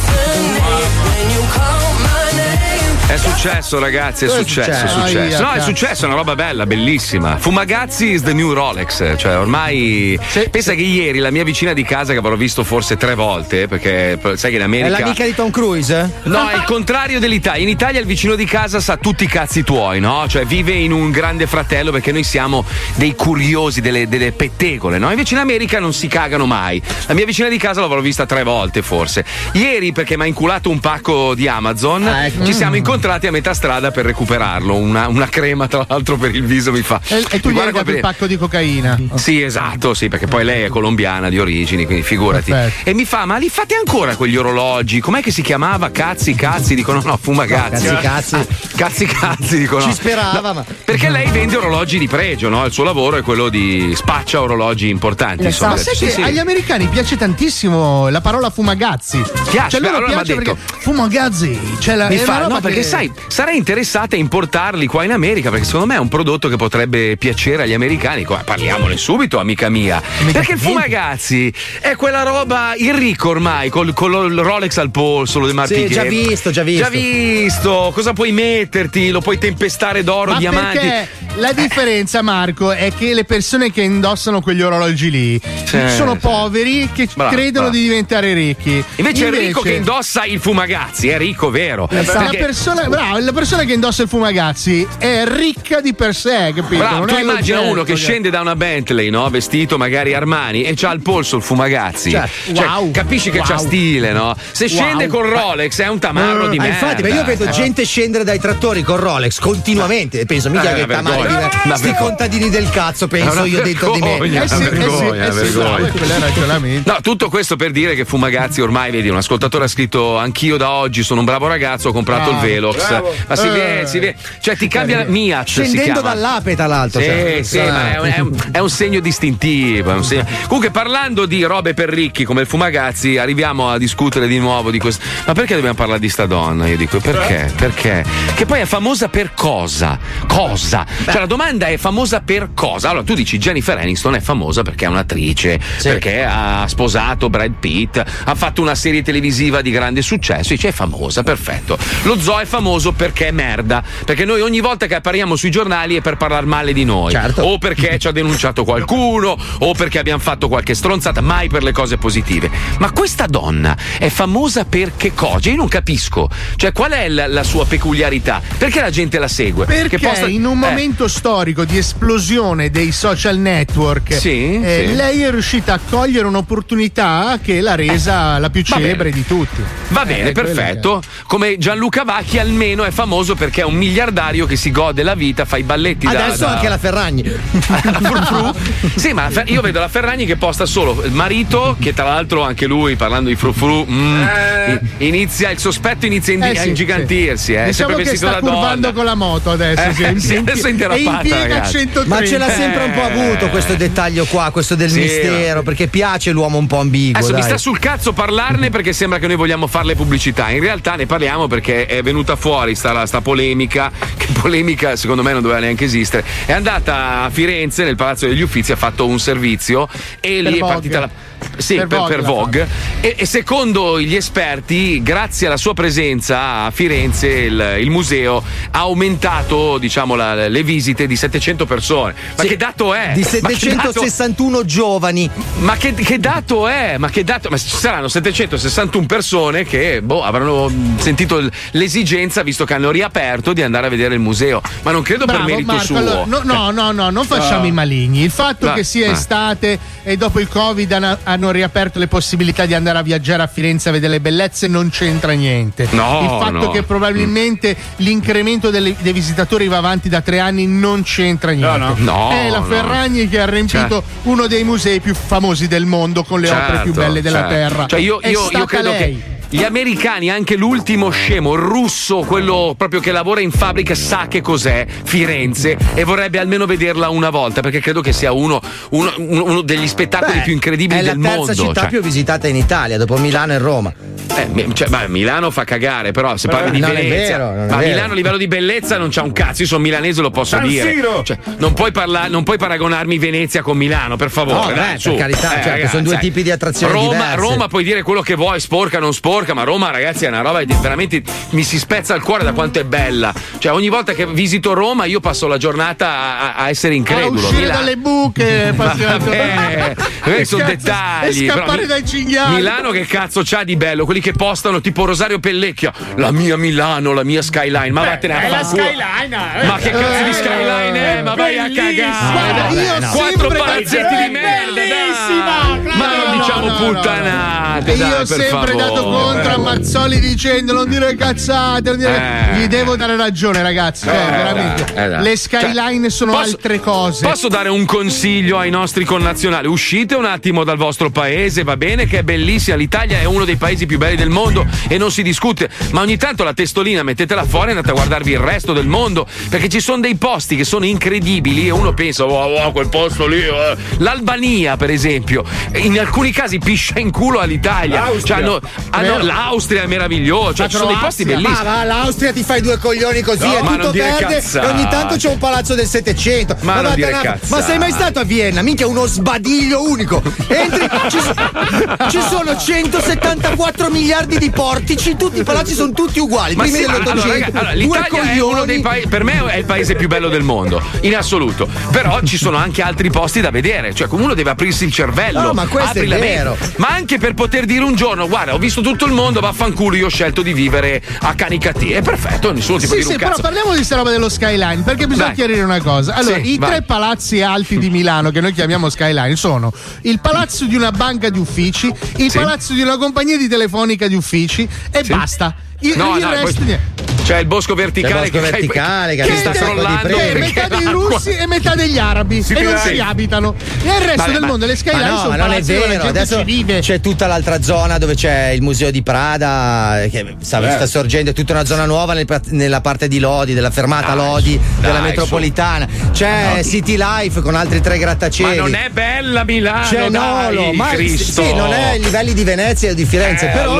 È successo, ragazzi, è successo. No, è successo, è una roba bella, bellissima. Fumagazzi is the new Rolex. Cioè, ormai. Pensa che ieri la mia vicina di casa, che avrò visto forse 3 volte, perché sai che in America. È l'amica di Tom Cruise? No, è il contrario dell'Italia. In Italia il vicino di casa sa tutti i cazzi tuoi, no? Cioè, vive in un grande fratello perché noi siamo dei curiosi, delle pettegole, no? Invece in America non si cagano mai. La mia vicina di casa l'avrò vista 3 volte, forse. Ieri ieri, perché mi ha inculato un pacco di Amazon, ci siamo incontrati a metà strada per recuperarlo. Una crema, tra l'altro, per il viso mi fa. E tu gli hai dato il pacco di cocaina? Sì, esatto, sì, perché poi lei è colombiana di origini, quindi figurati. Perfetto. E mi fa: ma li fate ancora quegli orologi? Com'è che si chiamava? Cazzi, dicono no, fumagazzi. Cazzi, dicono. Ci sperava, no, ma. perché lei vende orologi di pregio, no? Il suo lavoro è quello di spaccia orologi importanti. Insomma. Sai che agli americani piace tantissimo la parola fumagazzi. Piace, cioè loro allora piace perché fumagazzi. Cioè mi fa, no, perché sai, sarei interessata a importarli qua in America, perché secondo me è un prodotto che potrebbe piacere agli americani. Parliamone subito, amica mia. Perché il fumagazzi è quella roba, il ricco ormai, con il Rolex al polso, lo demarchi. Sì, già visto. Cosa puoi metterti? Lo puoi tempestare d'oro, diamanti. Perché la differenza, Marco, è che le persone che indossano quegli orologi lì sono poveri che credono di diventare ricchi. Invece il ricco che indossa il fumagazzi è ricco, vero? La persona che indossa il fumagazzi è ricca di per sé, capito? Bravo, non tu è immagina uno che scende da una Bentley, no? Vestito magari Armani e c'ha al polso il fumagazzi. Wow. Capisci che c'ha stile, no? Se scende col Rolex è un tamarro di merda. Infatti, io vedo gente scendere dai trattori con Rolex continuamente. Penso, mica che tamarro. Sti contadini del cazzo, penso io dentro di me. No, tutto questo per dire che Fumagazzi ormai, vedi, un ascoltatore ha scritto: anch'io da oggi sono un bravo ragazzo, ho comprato il Velox. Ma si vede. Cioè ti cambia Miat. Scendendo dall'ape, tra l'altro. Sì, ma è un segno distintivo. Comunque, parlando di robe per ricchi come il Fumagazzi, arriviamo a discutere di nuovo di questo. Ma perché dobbiamo parlare di sta donna? Io dico, perché? Perché? Che poi è famosa per cosa? Cosa? Cioè la domanda è famosa per cosa? Allora tu dici Jennifer Aniston è famosa perché è un'attrice, perché ha sposato Brad Pitt, ha fatto una serie televisiva di grande successo, dice è famosa, perfetto. Lo zoo è famoso perché è merda, perché noi ogni volta che appariamo sui giornali è per parlare male di noi, o perché ci ha denunciato qualcuno, o perché abbiamo fatto qualche stronzata, mai per le cose positive. Ma questa donna è famosa per che cosa? Io non capisco, cioè qual è la sua peculiarità? Perché la gente la segue? Perché in un momento storico di esplosione dei social network, lei è riuscita a cogliere un'opportunità che l'ha resa la più celebre di tutti. Va bene, perfetto. Come Gianluca Vacchi almeno è famoso perché è un miliardario che si gode la vita, fa i balletti adesso anche la Ferragni. Sì, ma io vedo la Ferragni che posta solo il marito, che tra l'altro anche lui, parlando di frufru, il sospetto inizia a ingigantirsi. Diciamo che sta curvando con la moto adesso. Adesso è impiega 130. Ma ce l'ha sempre un po' avuto questo dettaglio qua, questo del mistero, perché piace l'uomo un po' ambiguo. Adesso mi sta sul cazzo parlarne perché sembra che noi vogliamo farle pubblicità. In realtà ne parliamo perché è venuta fuori sta polemica, che polemica secondo me non doveva neanche esistere. È andata a Firenze nel Palazzo degli Uffizi, ha fatto un servizio e lì è partita la per Vogue e secondo gli esperti, grazie alla sua presenza a Firenze, il museo ha aumentato, diciamo, le visite di 700 persone. Ma che dato è? Di 761 giovani. Ma che dato è? Ma ci saranno 761 persone che avranno sentito l'esigenza, visto che hanno riaperto, di andare a vedere il museo. Ma non credo per merito Marco, suo. Allora, no, non facciamo i maligni. Il fatto che sia estate e dopo il Covid hanno riaperto le possibilità di andare a viaggiare a Firenze a vedere le bellezze non c'entra niente. Il fatto che probabilmente l'incremento dei visitatori va avanti da 3 anni non c'entra niente. È la Ferragni che ha riempito uno dei musei più famosi del mondo con le opere più belle della terra. Cioè io credo che gli americani, anche l'ultimo scemo, il russo, quello proprio che lavora in fabbrica, sa che cos'è Firenze e vorrebbe almeno vederla una volta, perché credo che sia uno degli spettacoli più incredibili del mondo. È la terza città più visitata in Italia, dopo Milano e Roma. Milano fa cagare, però se parli di Venezia, ma Milano a livello di bellezza non c'ha un cazzo. Io sono milanese, lo posso dire. Cioè, non puoi paragonarmi Venezia con Milano, per favore. Per carità, ragazzi, sono due tipi di attrazioni diverse. Roma puoi dire quello che vuoi, sporca, non sporca, ma Roma, ragazzi, è una roba che veramente mi si spezza il cuore da quanto è bella. Cioè, ogni volta che visito Roma io passo la giornata a essere incredulo. A uscire dalle buche, sono dettagli. E scappare dai cinghiali. Milano che cazzo c'ha di bello? Quelli che postano tipo Rosario Pellecchia, la mia Milano, la mia skyline. Ma vattene a la skyline. Ma che cazzo di skyline è? Ma vai a cagare. 4 palazzetti di merda. Bellissima. Ma non diciamo puttanate. Io ho sempre dato contro a Mazzoli dicendo non dire cazzate, gli devo dare ragione, ragazzi. Veramente. Le skyline sono altre cose. Posso dare un consiglio ai nostri connazionali? Uscite un attimo dal vostro paese, va bene che è bellissima, l'Italia è uno dei paesi più belli del mondo e non si discute, ma ogni tanto la testolina mettetela fuori e andate a guardarvi il resto del mondo, perché ci sono dei posti che sono incredibili e uno pensa wow, quel posto lì, l'Albania per esempio, in alcuni casi piscia in culo all'Italia. L'Austria è meravigliosa, ci sono dei posti bellissimi. Ma l'Austria ti fai due coglioni così, è tutto verde e ogni tanto c'è un palazzo del 700. Ma sei mai stato a Vienna? Minchia, uno sbadiglio unico. Entri, ci sono 174 miliardi di portici, tutti i palazzi sono tutti uguali. Ma primi dell'800. L'Italia è uno dei paesi, per me è il paese più bello del mondo, in assoluto. Però ci sono anche altri posti da vedere, cioè uno deve aprirsi il cervello. No, ma questo apri è vero. Ma anche per poter dire un giorno, guarda, ho visto tutto il mondo, vaffanculo, io ho scelto di vivere a Canicattì. È perfetto, nessuno ti può dire un cazzo. Però parliamo di questa roba dello skyline, perché bisogna chiarire una cosa. Allora, i tre palazzi alti di Milano che noi chiamiamo skyline sono il palazzo di una banca di uffici, il palazzo di una compagnia di telefonica di uffici e basta. Il resto c'è il bosco verticale, che sta crollando, è metà dei russi e metà degli arabi e non si abitano. Nel resto del mondo le skyline sono palazzi dove la gente ci vive. C'è tutta l'altra zona dove c'è il museo di Prada che sta sorgendo, è tutta una zona nuova nella parte di Lodi, della fermata Lodi della metropolitana. C'è City Life con altri 3 grattacieli. Ma non è bella Milano, c'è Nolo, ma Cristo. non è ai livelli di Venezia o di Firenze, però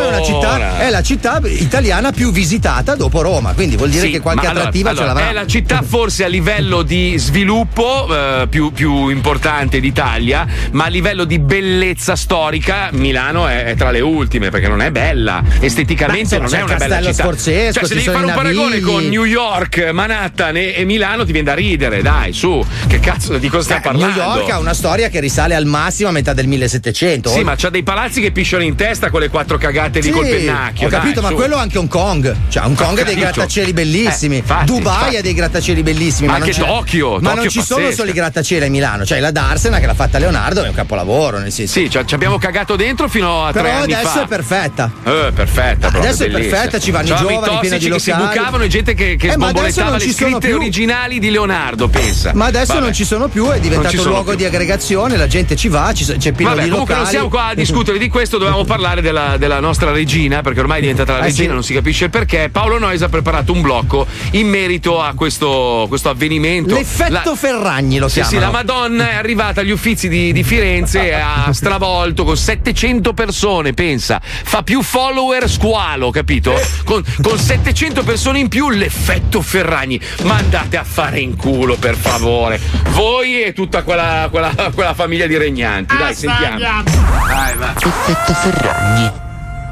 è la città italiana più visitata dopo Roma, quindi vuol dire che qualche attrattiva ce l'avrà. È la città forse a livello di sviluppo più importante d'Italia, ma a livello di bellezza storica Milano è tra le ultime, perché non è bella esteticamente, non è una bella città. Sforzesco, cioè, se devi fare un paragone con New York, Manhattan e Milano ti viene da ridere, dai, su, che cazzo di cosa stai parlando? New York ha una storia che risale al massimo a metà del 1700. Sì, ma c'ha dei palazzi che pisciano in testa con le 4 cagate lì col pennacchio. Ho capito, ma quello anche Hong Kong. Cioè, Hong Kong ha dei grattacieli bellissimi. Dubai ha dei grattacieli bellissimi. Ma anche Tokyo. Ma non ci sono solo i grattacieli a Milano. Cioè, la Darsena che l'ha fatta Leonardo è un capolavoro, nel senso. Sì, ci abbiamo cagato dentro fino a 3 anni fa. Però adesso è perfetta. Perfetta. Adesso è perfetta, ci vanno i giovani pieni di locali. Che si bucavano e gente che sbombolettava le scritte originali di Leonardo, pensa. Ma adesso non ci sono più, è diventato luogo di aggregazione, la gente ci va, c'è pieno di locali. Comunque non siamo qua a discutere di questo, dovevamo parlare della nostra regina, perché ormai è diventata la regina, non si capisce il perché. Paolo Noyes ha preparato un blocco in merito a questo avvenimento. L'effetto Ferragni lo chiamano. Sì, la Madonna è arrivata agli Uffizi di Firenze e ha stravolto con 700 persone, pensa. Fa più follower squalo, capito? Con 700 persone in più, l'effetto Ferragni. Ma andate a fare in culo, per favore. Voi e tutta quella famiglia di regnanti. Dai, sentiamo. Vai, va. Effetto Ferragni.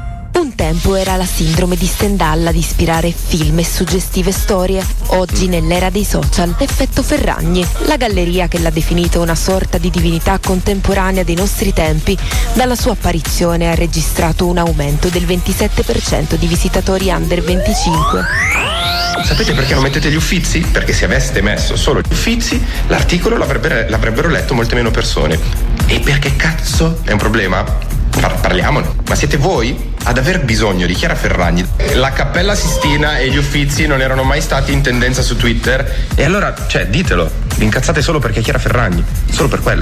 Un tempo era la sindrome di Stendhal ad ispirare film e suggestive storie. Oggi, nell'era dei social, l'effetto Ferragni, la galleria che l'ha definito una sorta di divinità contemporanea dei nostri tempi, dalla sua apparizione ha registrato un aumento del 27% di visitatori under 25. Sapete perché non mettete gli Uffizi? Perché se aveste messo solo gli Uffizi, l'articolo l'avrebbero letto molte meno persone. E perché cazzo è un problema? Parliamone. Ma siete voi ad aver bisogno di Chiara Ferragni? La Cappella Sistina e gli Uffizi non erano mai stati in tendenza su Twitter. E allora, ditelo, vi incazzate solo perché è Chiara Ferragni. Solo per quello.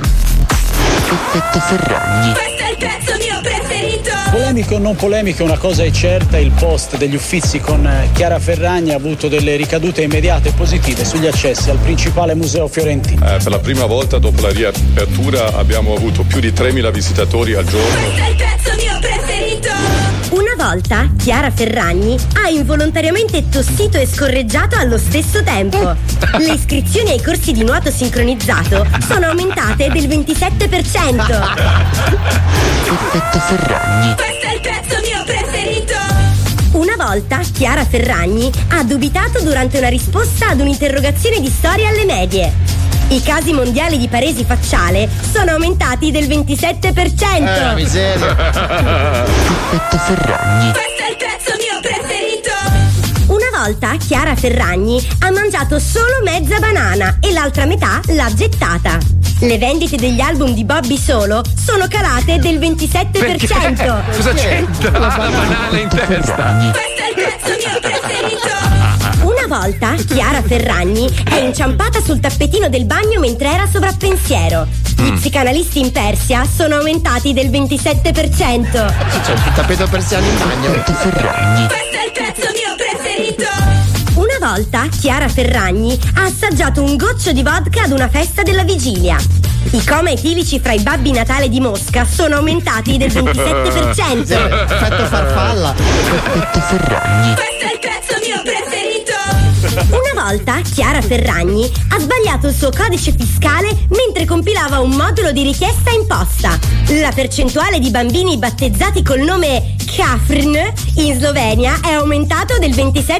Effetto Ferragni. Questo è il pezzo mio preferito. Polemico o non polemico, una cosa è certa: il post degli Uffizi con Chiara Ferragni ha avuto delle ricadute immediate e positive sugli accessi al principale museo fiorentino. Per la prima volta dopo la riapertura abbiamo avuto più di 3.000 visitatori al giorno. Questo è il pezzo mio preferito. Una volta Chiara Ferragni ha involontariamente tossito e scorreggiato allo stesso tempo. Le iscrizioni ai corsi di nuoto sincronizzato sono aumentate del 27%. Effetto Ferragni. Questo è il pezzo mio preferito. Una volta Chiara Ferragni ha dubitato durante una risposta ad un'interrogazione di storia alle medie. I casi mondiali di paresi facciale sono aumentati del 27%. Miseria. Effetto Ferragni. Questo è il pezzo mio preferito. Una volta Chiara Ferragni ha mangiato solo mezza banana e l'altra metà l'ha gettata. Le vendite degli album di Bobby Solo sono calate del 27%. Perché? Cosa c'entra? La banana in testa. Questo è il pezzo mio preferito. Una volta Chiara Ferragni è inciampata sul tappetino del bagno mentre era sovrappensiero. Gli psicanalisti in Persia sono aumentati del 27%. C'è un tappeto persiano in bagno. Questo è il pezzo mio preferito. Una volta Chiara Ferragni ha assaggiato un goccio di vodka ad una festa della vigilia. I coma etilici fra i babbi Natale di Mosca sono aumentati del 27%. Effetto farfalla. Questo è il pezzo mio preferito. Una volta Chiara Ferragni ha sbagliato il suo codice fiscale mentre compilava un modulo di richiesta imposta. La percentuale di bambini battezzati col nome Kafrn in Slovenia è aumentato del 27%.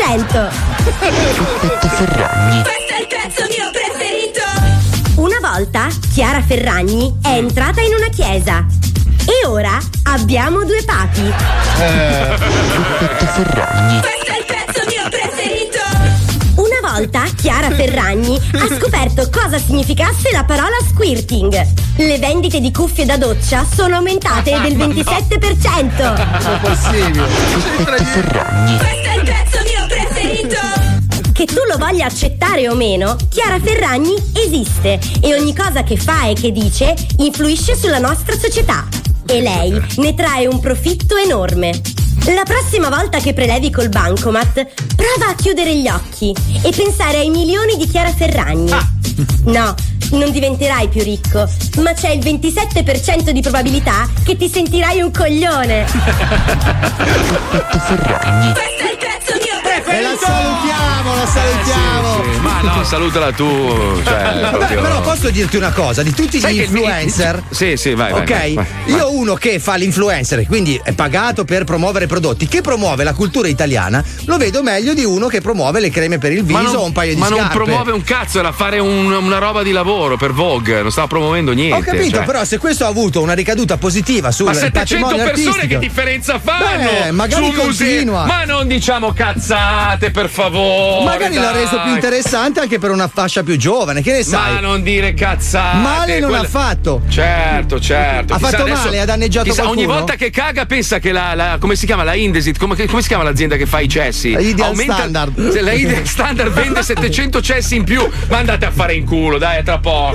Questo è il pezzo mio preferito. Una volta Chiara Ferragni è entrata in una chiesa. E ora abbiamo due papi. Questo è il pezzo mio preferito. Una volta Chiara Ferragni ha scoperto cosa significasse la parola squirting. Le vendite di cuffie da doccia sono aumentate del 27%. Non è possibile. Questo è il pezzo mio preferito. Che tu lo voglia accettare o meno, Chiara Ferragni esiste e ogni cosa che fa e che dice influisce sulla nostra società. E lei ne trae un profitto enorme. La prossima volta che prelevi col bancomat, prova a chiudere gli occhi e pensare ai milioni di Chiara Ferragni. No, non diventerai più ricco, ma c'è il 27% di probabilità che ti sentirai un coglione. Questo è il pezzo mio preferito. E la salutiamo. Sì. Ma no, salutala tu. Cioè, Però posso dirti una cosa, di tutti gli influencer. Sì, vai. Ok, vai. Io ho uno che fa l'influencer e quindi è pagato per promuovere prodotti, che promuove la cultura italiana, lo vedo meglio di uno che promuove le creme per il viso o un paio di scarpe. Ma non promuove un cazzo, era fare una roba di lavoro per Vogue, non stava promuovendo niente. Ho capito, però se questo ha avuto una ricaduta positiva sul ma 700 patrimonio persone artistico, che differenza fanno? Magari continua. Ma non diciamo cazzate, per favore. Magari l'ha reso più interessante anche per una fascia più giovane, che ne sai? Ma non dire cazzate. Male non ha fatto. Certo. Ha fatto male, ha danneggiato qualcuno. Ogni volta che caga pensa che la come si chiama? La Indesit, come si chiama l'azienda che fa i cessi? La Ideal Standard. La Ideal Standard vende 700 cessi in più. Ma andate a fare in culo, dai, è tra poco.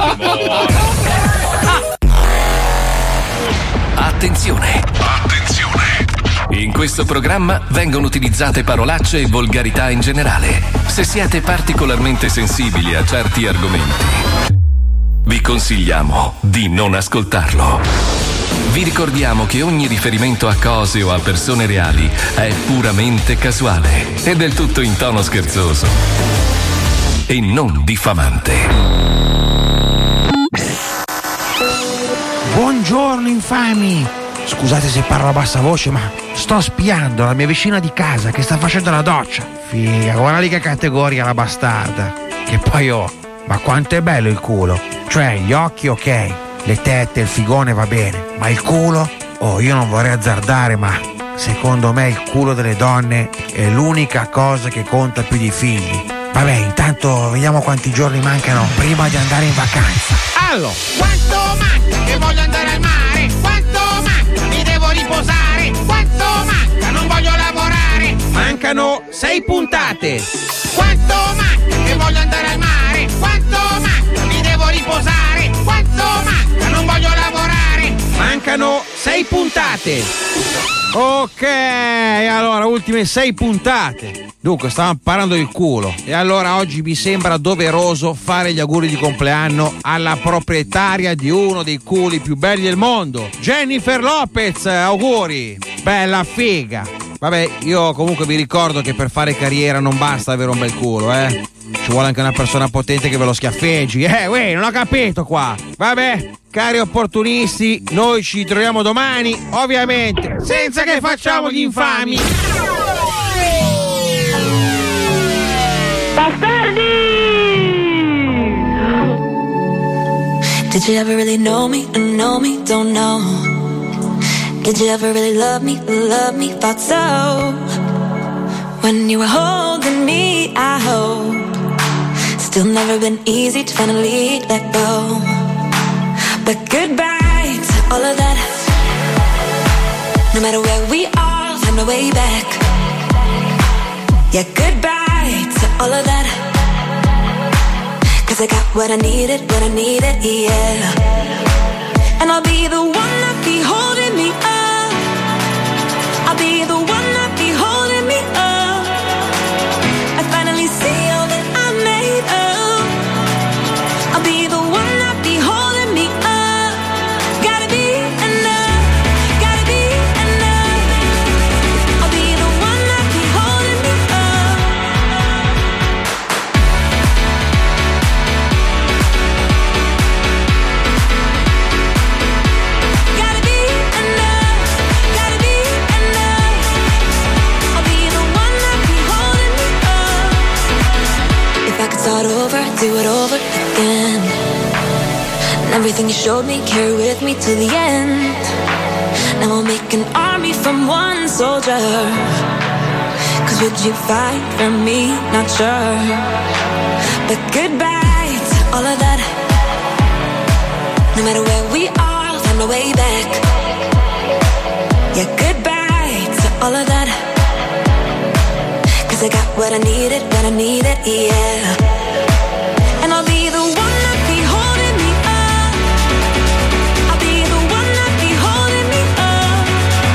Attenzione! In questo programma vengono utilizzate parolacce e volgarità in generale. Se siete particolarmente sensibili a certi argomenti, vi consigliamo di non ascoltarlo. Vi ricordiamo che ogni riferimento a cose o a persone reali è puramente casuale e del tutto in tono scherzoso e non diffamante. Buongiorno infami! Scusate se parlo a bassa voce, ma sto spiando la mia vicina di casa che sta facendo la doccia. Figa, guarda lì che categoria la bastarda. Che poi ma quanto è bello il culo. Cioè, gli occhi ok, le tette, il figone va bene, ma il culo? Io non vorrei azzardare, ma secondo me il culo delle donne è l'unica cosa che conta più di figli. Vabbè, intanto vediamo quanti giorni mancano prima di andare in vacanza. Allora, quanto manca che voglio andare al mare? Quanto manca? Mi devo riposare. Quanto manca? Non voglio lavorare. Mancano 6 puntate. Quanto manca che voglio andare al mare? Quanto manca? Mi devo riposare. Quanto manca? Non voglio lavorare. Mancano 6 puntate. Ok, allora, ultime 6 puntate. Dunque, stavamo parlando del culo. E allora oggi mi sembra doveroso fare gli auguri di compleanno alla proprietaria di uno dei culi più belli del mondo, Jennifer Lopez. Auguri, bella figa. Vabbè, io comunque vi ricordo che per fare carriera non basta avere un bel culo, Ci vuole anche una persona potente che ve lo schiaffeggi. Non ho capito qua. Vabbè, cari opportunisti, noi ci troviamo domani, ovviamente, senza che facciamo gli infami. Bastardi! Did you ever really know me? Know me? Don't know. Did you ever really love me? Love me? Thought so. When you were holding me, I hope Still never been easy to finally let go. But goodbye to all of that. No matter where we are, find a way back. Yeah, goodbye to all of that. 'Cause I got what I needed, yeah. And I'll be the one that be holding me up. I'll be the one that be holding me up. I finally see all that I'm made of. I'll be the one that be holding me up. Gotta be enough, gotta be enough. I'll be the one that be holding me up. Gotta be enough, gotta be enough. I'll be the one that be holding me up. If I could start over, do it over again. And everything you showed me, carry with me to the end. Now I'll make an army from one soldier. 'Cause would you fight for me? Not sure. But goodbye to all of that. No matter where we are, I'll find a way back. Yeah, goodbye to all of that. 'Cause I got what I needed, yeah. And I'll be the one that be holding me up. I'll be the one that be holding me up.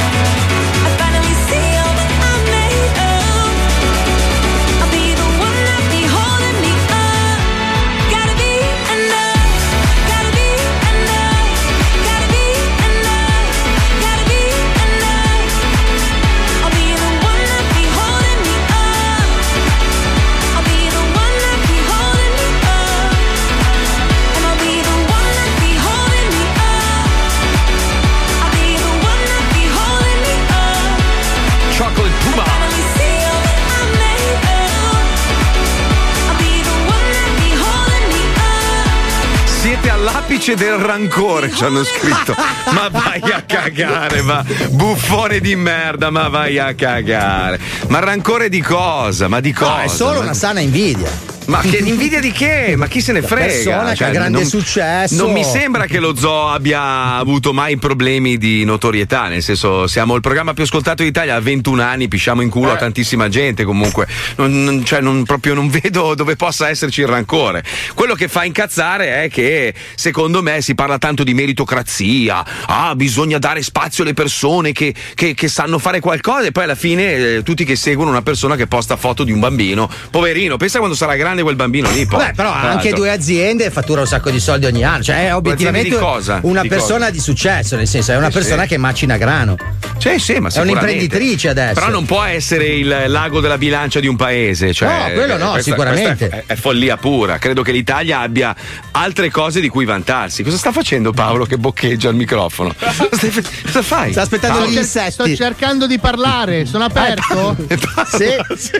I finally see all that I'm made of. I'll be the one that be holding me up. Gotta be enough, gotta be enough, gotta be enough, gotta be enough. I'll be the one that be holding me up. I'll be the one that be holding me up. And I'll be the one that be holding me up. I'll be the one that be holding me up. Chocolate Puma. Finally see all that I'm made of. I'll be the one that be holding me up. Siete all'apice del rancore, ci hanno scritto. Ma vai a cagare, ma buffone di merda, ma vai a cagare. Ma rancore di cosa? Ma di cosa? No, è solo Ma- una sana invidia. Ma che invidia di che? Ma chi se ne La frega? persona che ha grande successo. Non mi sembra che lo zoo abbia avuto mai problemi di notorietà. Nel senso, siamo il programma più ascoltato d'Italia a 21 anni, pisciamo in culo a tantissima gente. Comunque, proprio non vedo dove possa esserci il rancore. Quello che fa incazzare è che, secondo me, si parla tanto di meritocrazia. Bisogna dare spazio alle persone che sanno fare qualcosa, e poi alla fine tutti che seguono una persona che posta foto di un bambino. Poverino, pensa quando sarà grande quel bambino lì. Poi. Beh, però Tra anche l'altro. 2 aziende fattura un sacco di soldi ogni anno. Cioè, è obiettivamente Di cosa? una Di persona cosa? di successo, nel senso, è una persona che macina grano. Sì, ma è sicuramente. un'imprenditrice adesso. Però non può essere il l'ago della bilancia di un paese. Cioè, No, quello no, sicuramente. Questa è follia pura. Credo che l'Italia abbia altre cose di cui vantarsi. Cosa sta facendo Paolo che boccheggia il microfono? Cosa fai? Sta aspettando Paolo? gli insetti. Sto cercando di parlare, sono aperto? Sì.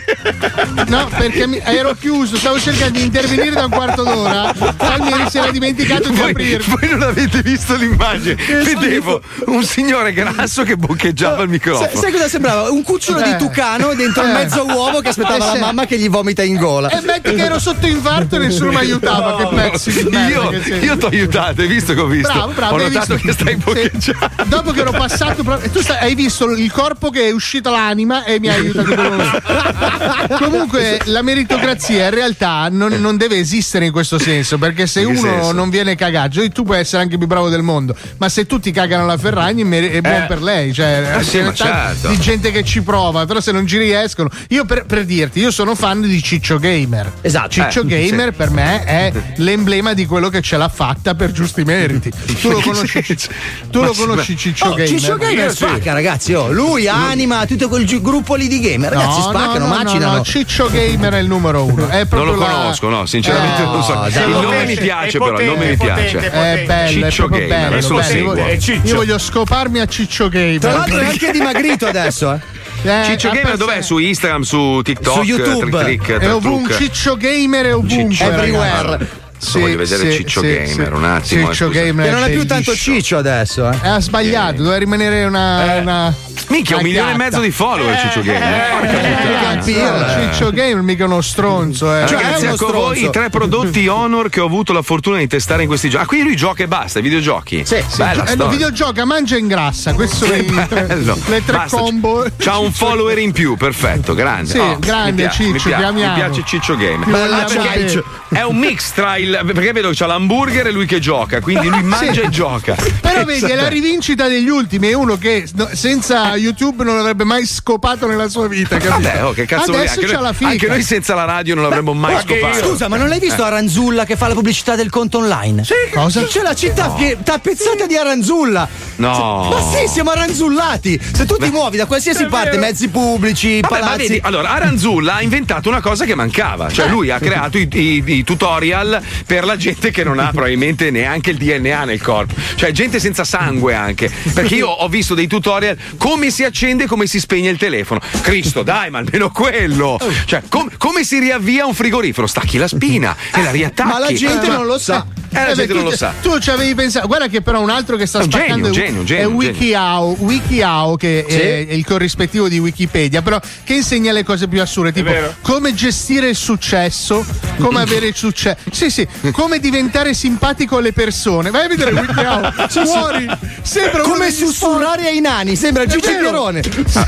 No, perché ero chiuso, stavo cercando di intervenire da un quarto d'ora. Palmieri si era dimenticato di aprirmi. Voi non avete visto l'immagine? Vedevo un signore grasso che boccheggiava il microfono. Sai cosa sembrava? Un cucciolo di tucano dentro il mezzo uovo che aspettava la mamma che gli vomita in gola. E metti che ero sotto infarto e nessuno mi aiutava. Che pezzi di merda che sei. Io ti ho aiutato, hai visto che ho visto? Bravo, Ho hai notato visto? che stai boccheggiando. Dopo che ero passato, hai visto il corpo che è uscita l'anima e mi hai aiutato per un Comunque, la meritocrazia in realtà non deve esistere in questo senso, perché se In che uno senso? non viene cagaggio, tu puoi essere anche il più bravo del mondo, ma se tutti cagano la Ferragni è buon per lei. Cioè, sì, ma c'è tanta certo. di gente che ci prova, però se non ci riescono. Io per dirti, io sono fan di Ciccio Gamer. Esatto. Ciccio Gamer sì. per me è l'emblema di quello che ce l'ha fatta per giusti meriti. Tu lo conosci? Tu lo conosci Ciccio Gamer? Ciccio Gamer spacca, ragazzi. Lui anima tutto quel gruppo lì di gamer. Ragazzi, spaccano, macinano. No, Ciccio Gamer è il numero uno. È Non proprio lo conosco, no, sinceramente non so. dai, Il nome potente, mi piace, è però il nome mi potente, piace. potente. È bello, è Ciccio proprio Gamer, bello. adesso lo bello. seguo. Io voglio scoparmi a Ciccio Gamer. Tra l'altro è anche dimagrito adesso, Ciccio Gamer dov'è? Su Instagram, su TikTok, Su YouTube. Trick, È ovunque. Ciccio Gamer è ovunque. Ciccio Everywhere. ragazzi. Voglio vedere Ciccio Gamer un attimo. Ciccio scusa. Gamer Che non è più bellissimo. tanto ciccio adesso, Ha sbagliato, doveva rimanere una Minchia, 1,5 milione chiatta. di follower Ciccio Gamer. Porca puttana. Ciccio Game mica uno stronzo, Ragazzi, ecco voi i 3 prodotti Honor che ho avuto la fortuna di testare in questi giorni. Quindi lui gioca e basta, i videogiochi. Sì. Videogioca, mangia e ingrassa. Questo sono le 3 combo. C'ha un follower in più, perfetto, grande. Sì, grande Ciccio, mi piace Ciccio Game. È un mix tra perché vedo che c'ha l'hamburger e lui che gioca, quindi lui mangia e gioca. Però vedi, è la rivincita degli ultimi, è uno che senza YouTube non avrebbe mai scopato nella sua vita, capito? Vabbè, che cazzo adesso c'ha la figa. Anche noi senza la radio non l'avremmo mai scopato. Scusa, ma non l'hai visto Aranzulla che fa la pubblicità del conto online? Sì, cosa? C'è la città tappezzata di Aranzulla. No. Ma sì, siamo aranzullati. Se tu ti muovi da qualsiasi parte, mezzi pubblici, palazzi. Ma vedi, allora Aranzulla ha inventato una cosa che mancava, cioè lui ha creato i tutorial per la gente che non ha probabilmente neanche il DNA nel corpo, cioè gente senza sangue anche, perché io ho visto dei tutorial come si accende e come si spegne il telefono. Cristo, dai, ma almeno quello, cioè come si riavvia un frigorifero, stacchi la spina e la riattacchi. Ma la gente non lo sa. La gente non lo sa. Tu ci avevi pensato, guarda che però un altro che sta spaccando è WikiHow, che è il corrispettivo di Wikipedia, però che insegna le cose più assurde, tipo come gestire il successo, come avere il successo, come diventare simpatico alle persone. Vai a vedere WikiHow, fuori, sembra come sussurrare ai nani, sembra Gigi Pierone.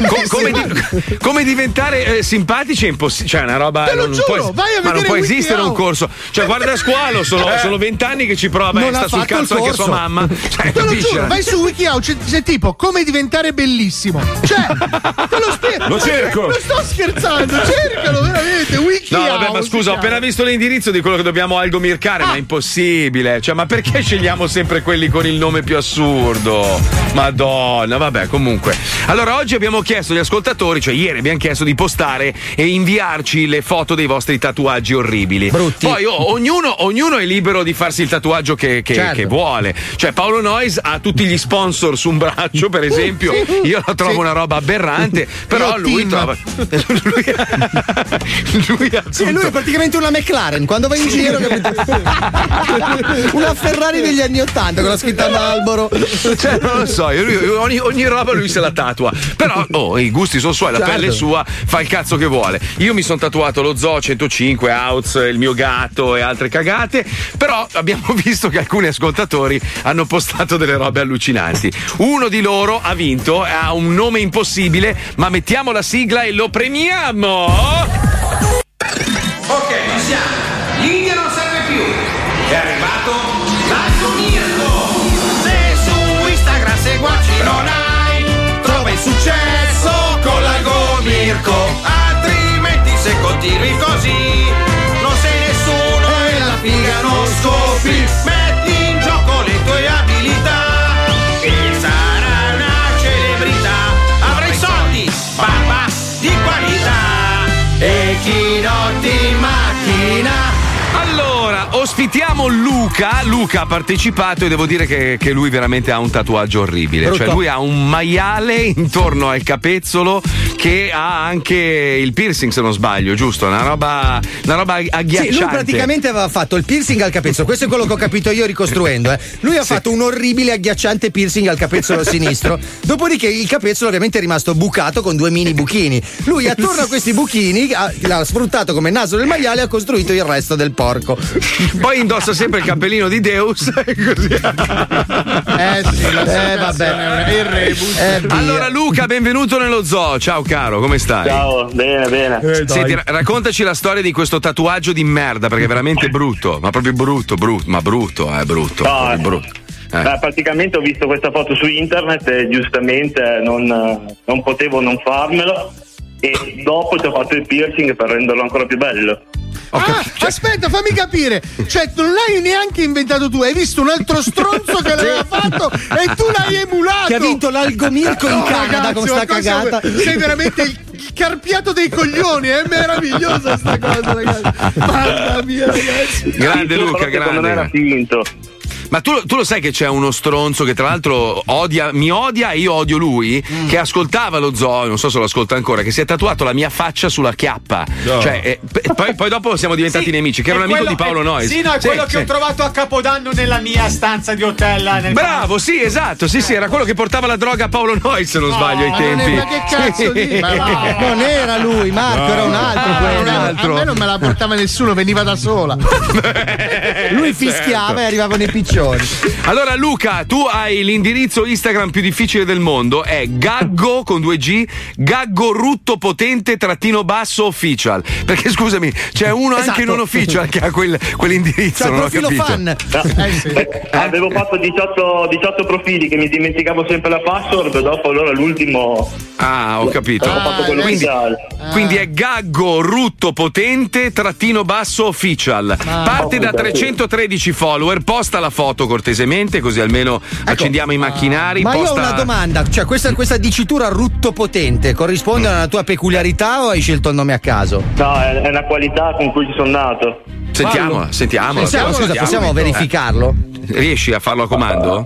Come diventare simpatici è impossibile, cioè una roba. Te lo giuro, vai a vedere. Ma non può esistere un corso. Cioè, guarda Squalo, sono 20 anni che ci prova, sta sul cazzo anche sua mamma. Cioè, te lo giuro, vai su WikiHow, c'è tipo come diventare bellissimo. Cioè, te lo spiego. Lo cerco. Non sto scherzando, cercalo veramente. WikiHow. No, vabbè, ma scusa, ho appena visto l'indirizzo di quello che dobbiamo algomircare, ma è impossibile. Cioè, ma perché scegliamo sempre quelli con il nome più assurdo? Madonna, vabbè, comunque. Allora, oggi abbiamo chiesto agli ascoltatori, cioè ieri abbiamo chiesto di postare e inviarci le foto dei vostri tatuaggi orribili. Brutti. Poi ognuno è libero di farsi il tatuaggio che vuole. Cioè, Paolo Noyes ha tutti gli sponsor su un braccio, per esempio. Io la trovo una roba aberrante, però lui trova. lui è praticamente una McLaren quando va in giro. Una Ferrari degli anni '80 con la scritta all'albero. Cioè, non lo so, ogni roba lui se la tatua. Però i gusti sono suoi, la pelle è sua, fa il cazzo che vuole. Io mi sono tatuato lo Zoo 105, Outs, il mio gatto e altre cagate. Però abbiamo visto che alcuni ascoltatori hanno postato delle robe allucinanti. Uno di loro ha vinto, ha un nome impossibile, ma mettiamo la sigla e lo premiamo. Ok, ci siamo. L'India non serve più. È arrivato l'Algo Mirko. Se su Instagram seguaci non hai, trova il successo con l'Algo Mirko. Altrimenti se continui così non sei nessuno e la figa non scopi. Metti in gioco le tue abilità e sarai una celebrità. Avrai soldi, barba di qualità e chinotti in macchina. Allora, ospitiamo Luca. Luca ha partecipato e devo dire che lui veramente ha un tatuaggio orribile. Brutto. Cioè, lui ha un maiale intorno al capezzolo che ha anche il piercing, se non sbaglio, giusto? Una roba agghiacciante. Sì, lui praticamente aveva fatto il piercing al capezzolo. Questo è quello che ho capito io ricostruendo. Lui ha fatto un orribile agghiacciante piercing al capezzolo sinistro. Dopodiché il capezzolo ovviamente è rimasto bucato con 2 mini buchini. Lui attorno a questi buchini l'ha sfruttato come naso del maiale e ha costruito il resto del porco. Poi indossa sempre il cappellino di Deus e così. Vabbè. Allora Luca, benvenuto nello zoo. Ciao caro, come stai? Ciao, bene. Senti, raccontaci la storia di questo tatuaggio di merda, perché è veramente brutto, ma proprio brutto. No, praticamente ho visto questa foto su internet e giustamente non potevo non farmelo, e dopo ti ho fatto il piercing per renderlo ancora più bello. Aspetta, fammi capire. Cioè, non l'hai neanche inventato tu, hai visto un altro stronzo che l'aveva fatto e tu l'hai emulato. Che ha vinto l'Algo Mirko in Canada con sta cagata. Sei veramente il carpiato dei coglioni, è meravigliosa sta cosa, ragazzi. Mamma mia, ragazzi. Grande Luca, grande. Non era finto. Ma tu lo sai che c'è uno stronzo che tra l'altro mi odia e io odio lui, che ascoltava lo zoo, non so se lo ascolta ancora, che si è tatuato la mia faccia sulla chiappa. No. Cioè, poi dopo siamo diventati nemici, che era un amico di Paolo Noyes. Sì, no, è quello che ho trovato a Capodanno nella mia stanza di hotel. Bravo, sì, esatto, sì, era quello che portava la droga a Paolo Noyes, se non sbaglio, ai tempi. Ma che cazzo dici? Non era lui, Marco, era un altro quello. A me non me la portava nessuno, veniva da sola. Lui fischiava e arrivavano i piccioni. Allora Luca, tu hai l'indirizzo Instagram più difficile del mondo, è Gaggo con 2G, Gaggo Rutto Potente _ official. Perché scusami, c'è uno anche non official che ha quell'indirizzo, c'è non ho il profilo capito. fan. Avevo fatto 18 profili che mi dimenticavo sempre la password, dopo allora l'ultimo. Ah, ho capito. Ho fatto quello Quindi è Gaggo Rutto Potente _ official. Parte da 313 follower, posta la foto cortesemente, così almeno accendiamo i macchinari. Ma io ho una domanda, cioè questa dicitura Rutto Potente corrisponde a una tua peculiarità o hai scelto il nome a caso? No, è una qualità con cui ci sono nato. Sentiamola. Possiamo verificarlo? Riesci a farlo a comando?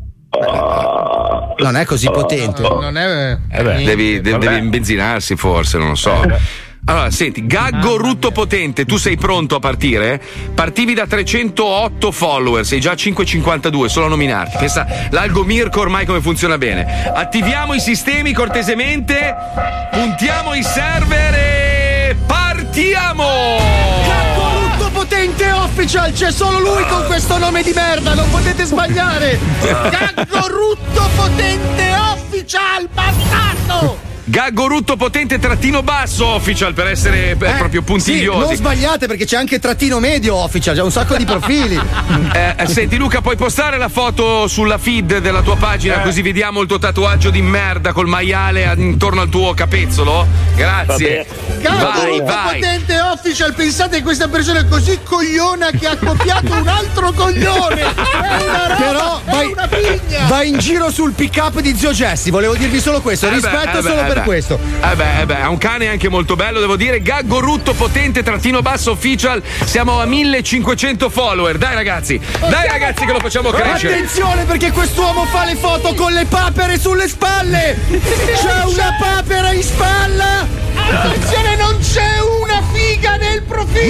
Non è così potente. Non è. Devi imbenzinarsi forse, non lo so. Allora, senti, Gaggo Rutto Potente, tu sei pronto a partire? Partivi da 308 follower, sei già a 552, solo a nominarti. Pensa, l'algo Mirko ormai come funziona bene. Attiviamo i sistemi cortesemente, puntiamo i server e partiamo! Gaggo Rutto Potente Official, c'è solo lui con questo nome di merda, non potete sbagliare! Gaggo Rutto Potente Official, bastardo! Gaggo Rutto Potente _ official per essere proprio puntigliosi. Sì, non sbagliate perché c'è anche trattino medio official, c'è un sacco di profili. Senti Luca, puoi postare la foto sulla feed della tua pagina così vediamo il tuo tatuaggio di merda col maiale intorno al tuo capezzolo? Grazie. Gaggo Rutto Potente Official, pensate che questa persona è così cogliona che ha copiato un altro coglione. È una roba, però vai in giro sul pick up di Zio Jesse, volevo dirvi solo questo, rispetto solo per questo. Ha un cane anche molto bello, devo dire. Gaggo Rutto Potente _ official. Siamo a 1500 follower. Dai ragazzi che lo facciamo crescere. Attenzione perché quest'uomo fa le foto con le papere sulle spalle. C'è una papera in spalla. Attenzione, non c'è una figa nel profilo.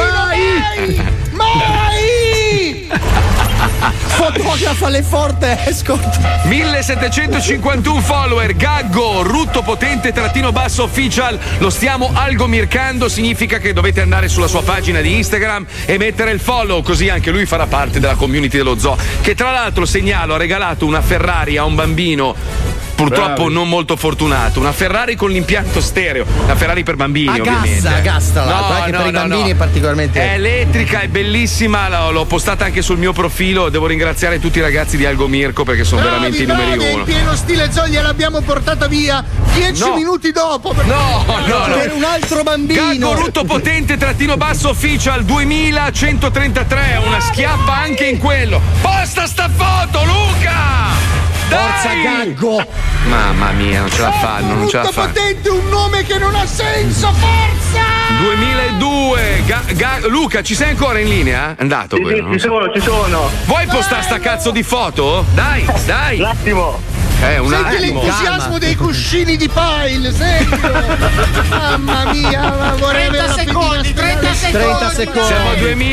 Mai! Fotografa le forte escort. 1751 follower. Gaggo Rutto Potente _ official. Lo stiamo algomircando, significa che dovete andare sulla sua pagina di Instagram e mettere il follow, così anche lui farà parte della community dello zoo, che tra l'altro segnalo ha regalato una Ferrari a un bambino purtroppo non molto fortunato, una Ferrari con l'impianto stereo, una Ferrari per bambini ovviamente. A gas tra l'altro, anche per i bambini è particolarmente. È elettrica, è bellissima, l'ho postata anche sul mio profilo, devo ringraziare tutti i ragazzi di Algo Mirko perché sono veramente i numeri uno. In pieno stile Zoglia l'abbiamo portata via 10 minuti dopo. No. Per un altro bambino. Gaggo Rutto Potente _ official 2133, una schiappa anche in quello. Posta sta foto, Luca! Forza Gaggo! Mamma mia, non ce la fanno, non ce la fanno. Potente, un nome che non ha senso, forza! 2002, Luca, ci sei ancora in linea? È andato quello? Ci sono. Vuoi postare sta cazzo di foto? Dai! Un attimo. Senti l'entusiasmo dei cuscini di Pile, sento! Mamma mia, vorrei 30 secondi. 30 secondi. Siamo a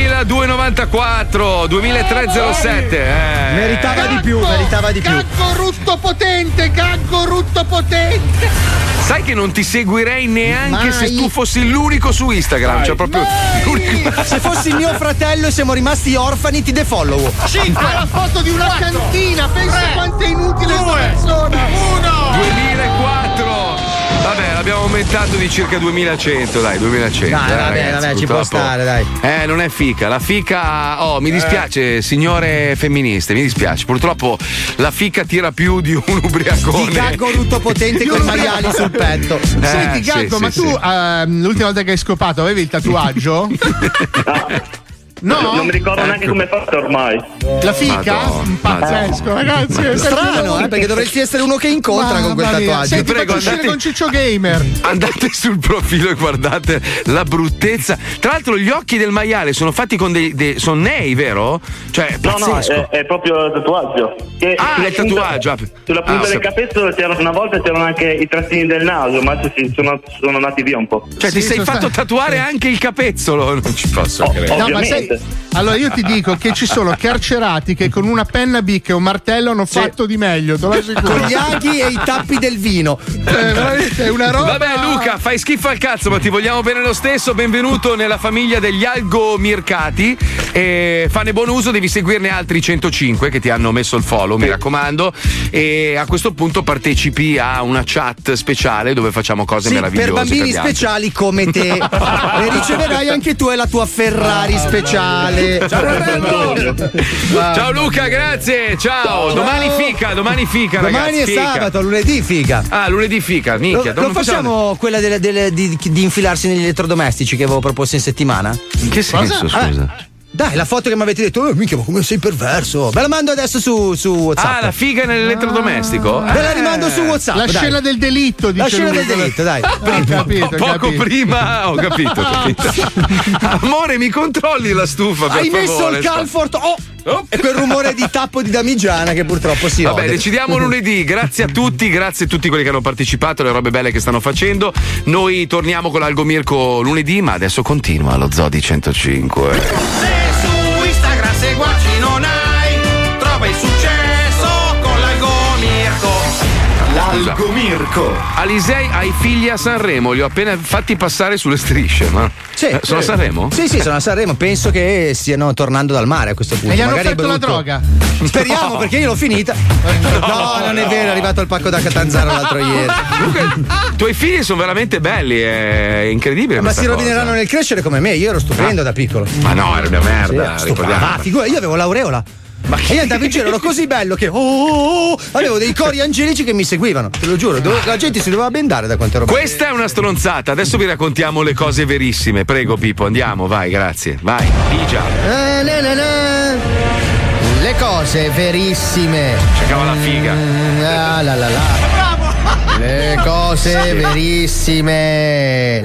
2294, 2307. Meritava di più. Gaggo Rutto Potente. Sai che non ti seguirei neanche se tu fossi l'unico su Instagram. Cioè proprio l'unico. Se fossi mio fratello e siamo rimasti orfani, ti defollow. 5, la foto di una cantina, pensa quanto è inutile questa persona. 2004. Vabbè, l'abbiamo aumentato di circa 2100, dai, 2100. Vabbè, ci può stare, dai. Non è fica, la fica. Mi dispiace, signore femministe, mi dispiace. Purtroppo la fica tira più di un ubriacone. Di Gaggo Rutto Potente con i maiali sul petto. Senti, Gaggo, ma tu l'ultima volta che hai scopato avevi il tatuaggio? Non mi ricordo neanche come è fatta ormai. La fica? Pazzesco, ragazzi. È strano, perché dovresti essere uno che incontra con quel tatuaggio. Senti, prego, uscire con Ciccio Gamer. Andate sul profilo e guardate la bruttezza. Tra l'altro gli occhi del maiale sono fatti con sono nei, vero? Cioè, pazzesco. No, è proprio il tatuaggio. Il tatuaggio. Sulla punta del capezzolo una volta c'erano anche i trattini del naso, ma sono andati via un po'. Cioè, ti sei fatto tatuare anche il capezzolo? Non ci posso credere. No, ma allora io ti dico che ci sono carcerati che con una penna bic e un martello hanno fatto di meglio, te lo assicuro. Con gli aghi e i tappi del vino. È una roba. Vabbè, Luca, fai schifo al cazzo, ma ti vogliamo bene lo stesso. Benvenuto nella famiglia degli algomircati. E fanne buon uso, devi seguirne altri 105 che ti hanno messo il follow, mi raccomando. E a questo punto partecipi a una chat speciale dove facciamo cose meravigliose. Per bambini speciali come te. E riceverai anche tu e la tua Ferrari speciale. Ciao Luca, grazie. Ciao. Domani fica, ragazzi. Domani è sabato, lunedì fica. Ah, lunedì fica, minchia. Non facciamo quella di infilarsi negli elettrodomestici che avevo proposto in settimana? In che senso, scusa? Dai, la foto che mi avete detto, minchia, ma come sei perverso? Ve la mando adesso su WhatsApp. Ah, la figa nell'elettrodomestico? Ve la rimando su WhatsApp. La scena del delitto, dice. La scena del delitto, dai. Poco prima, ho capito. Amore, mi controlli la stufa, per Hai favore. messo il Calfort. E quel rumore di tappo di damigiana che purtroppo si ode. Vabbè, decidiamo lunedì. Grazie a tutti quelli che hanno partecipato, le robe belle che stanno facendo. Noi torniamo con l'Algomirco lunedì, ma adesso continua lo Zoo di 105. Se su Instagram seguaci non hai, trova il successo con l'Algomirco. L'Algomirco. Alisei ha i figli a Sanremo, li ho appena fatti passare sulle strisce, ma sono a Sanremo? Sì, sono a Sanremo. Penso che stiano tornando dal mare a questo punto. E gli hanno Magari offerto la droga? Speriamo, perché io l'ho finita. No, non è vero, è arrivato il pacco da Catanzaro l'altro ieri. I tuoi figli sono veramente belli, è incredibile. Ma si rovineranno nel crescere come me, io ero stupendo da piccolo. Ma no, era una merda, ricordiamo. Figura, io avevo l'aureola. E io andavo in giro, ero così bello che avevo dei cori angelici che mi seguivano, te lo giuro, la gente si doveva bendare da quanto ero bello. Questa è una stronzata, adesso vi raccontiamo le cose verissime. Prego Pippo, andiamo, vai, grazie. Vai, Pigia. Le cose verissime. Cercava la figa. Bravo. Le cose verissime.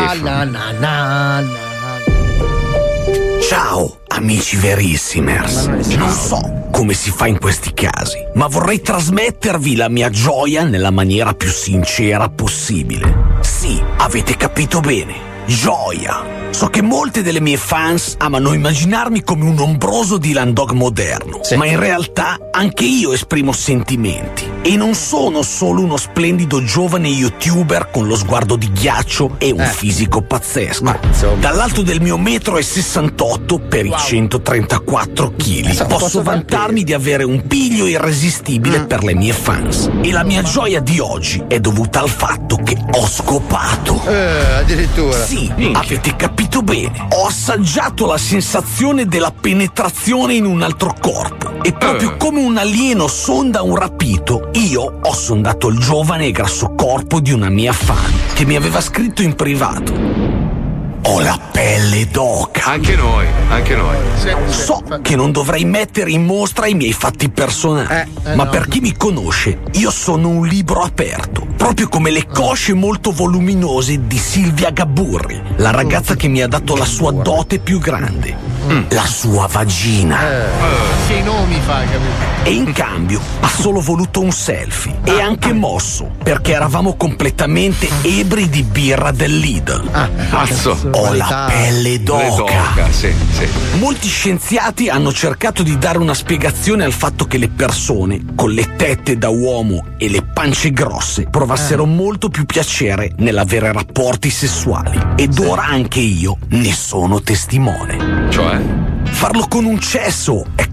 Ciao amici verissimers, non so come si fa in questi casi, ma vorrei trasmettervi la mia gioia nella maniera più sincera possibile. Sì, avete capito bene, gioia. So che molte delle mie fans amano immaginarmi come un ombroso Dylan Dog moderno, ma in realtà anche io esprimo sentimenti e non sono solo uno splendido giovane youtuber con lo sguardo di ghiaccio e un fisico pazzesco. Dall'alto del mio 1,68 m per i 134 kg posso vantarmi di avere un piglio irresistibile per le mie fans e la mia gioia di oggi è dovuta al fatto che ho scopato. Addirittura. Sì, avete capito bene. Ho assaggiato la sensazione della penetrazione in un altro corpo e proprio come un alieno sonda un rapito, io ho sondato il giovane e grasso corpo di una mia fan che mi aveva scritto in privato. Ho la pelle d'oca. Anche noi. So che non dovrei mettere in mostra i miei fatti personali, ma per chi mi conosce, io sono un libro aperto, proprio come le cosce molto voluminose di Silvia Gaburri, la ragazza che mi ha dato la sua dote più grande, la sua vagina. Che nomi fa, capito? E in cambio ha solo voluto un selfie e anche mosso, perché eravamo completamente ebri di birra del Lidl. Cazzo. Ho la pelle d'oca. Sì. Molti scienziati hanno cercato di dare una spiegazione al fatto che le persone con le tette da uomo e le pance grosse provassero molto più piacere nell'avere rapporti sessuali. Ed ora anche io ne sono testimone. Cioè? Farlo con un cesso è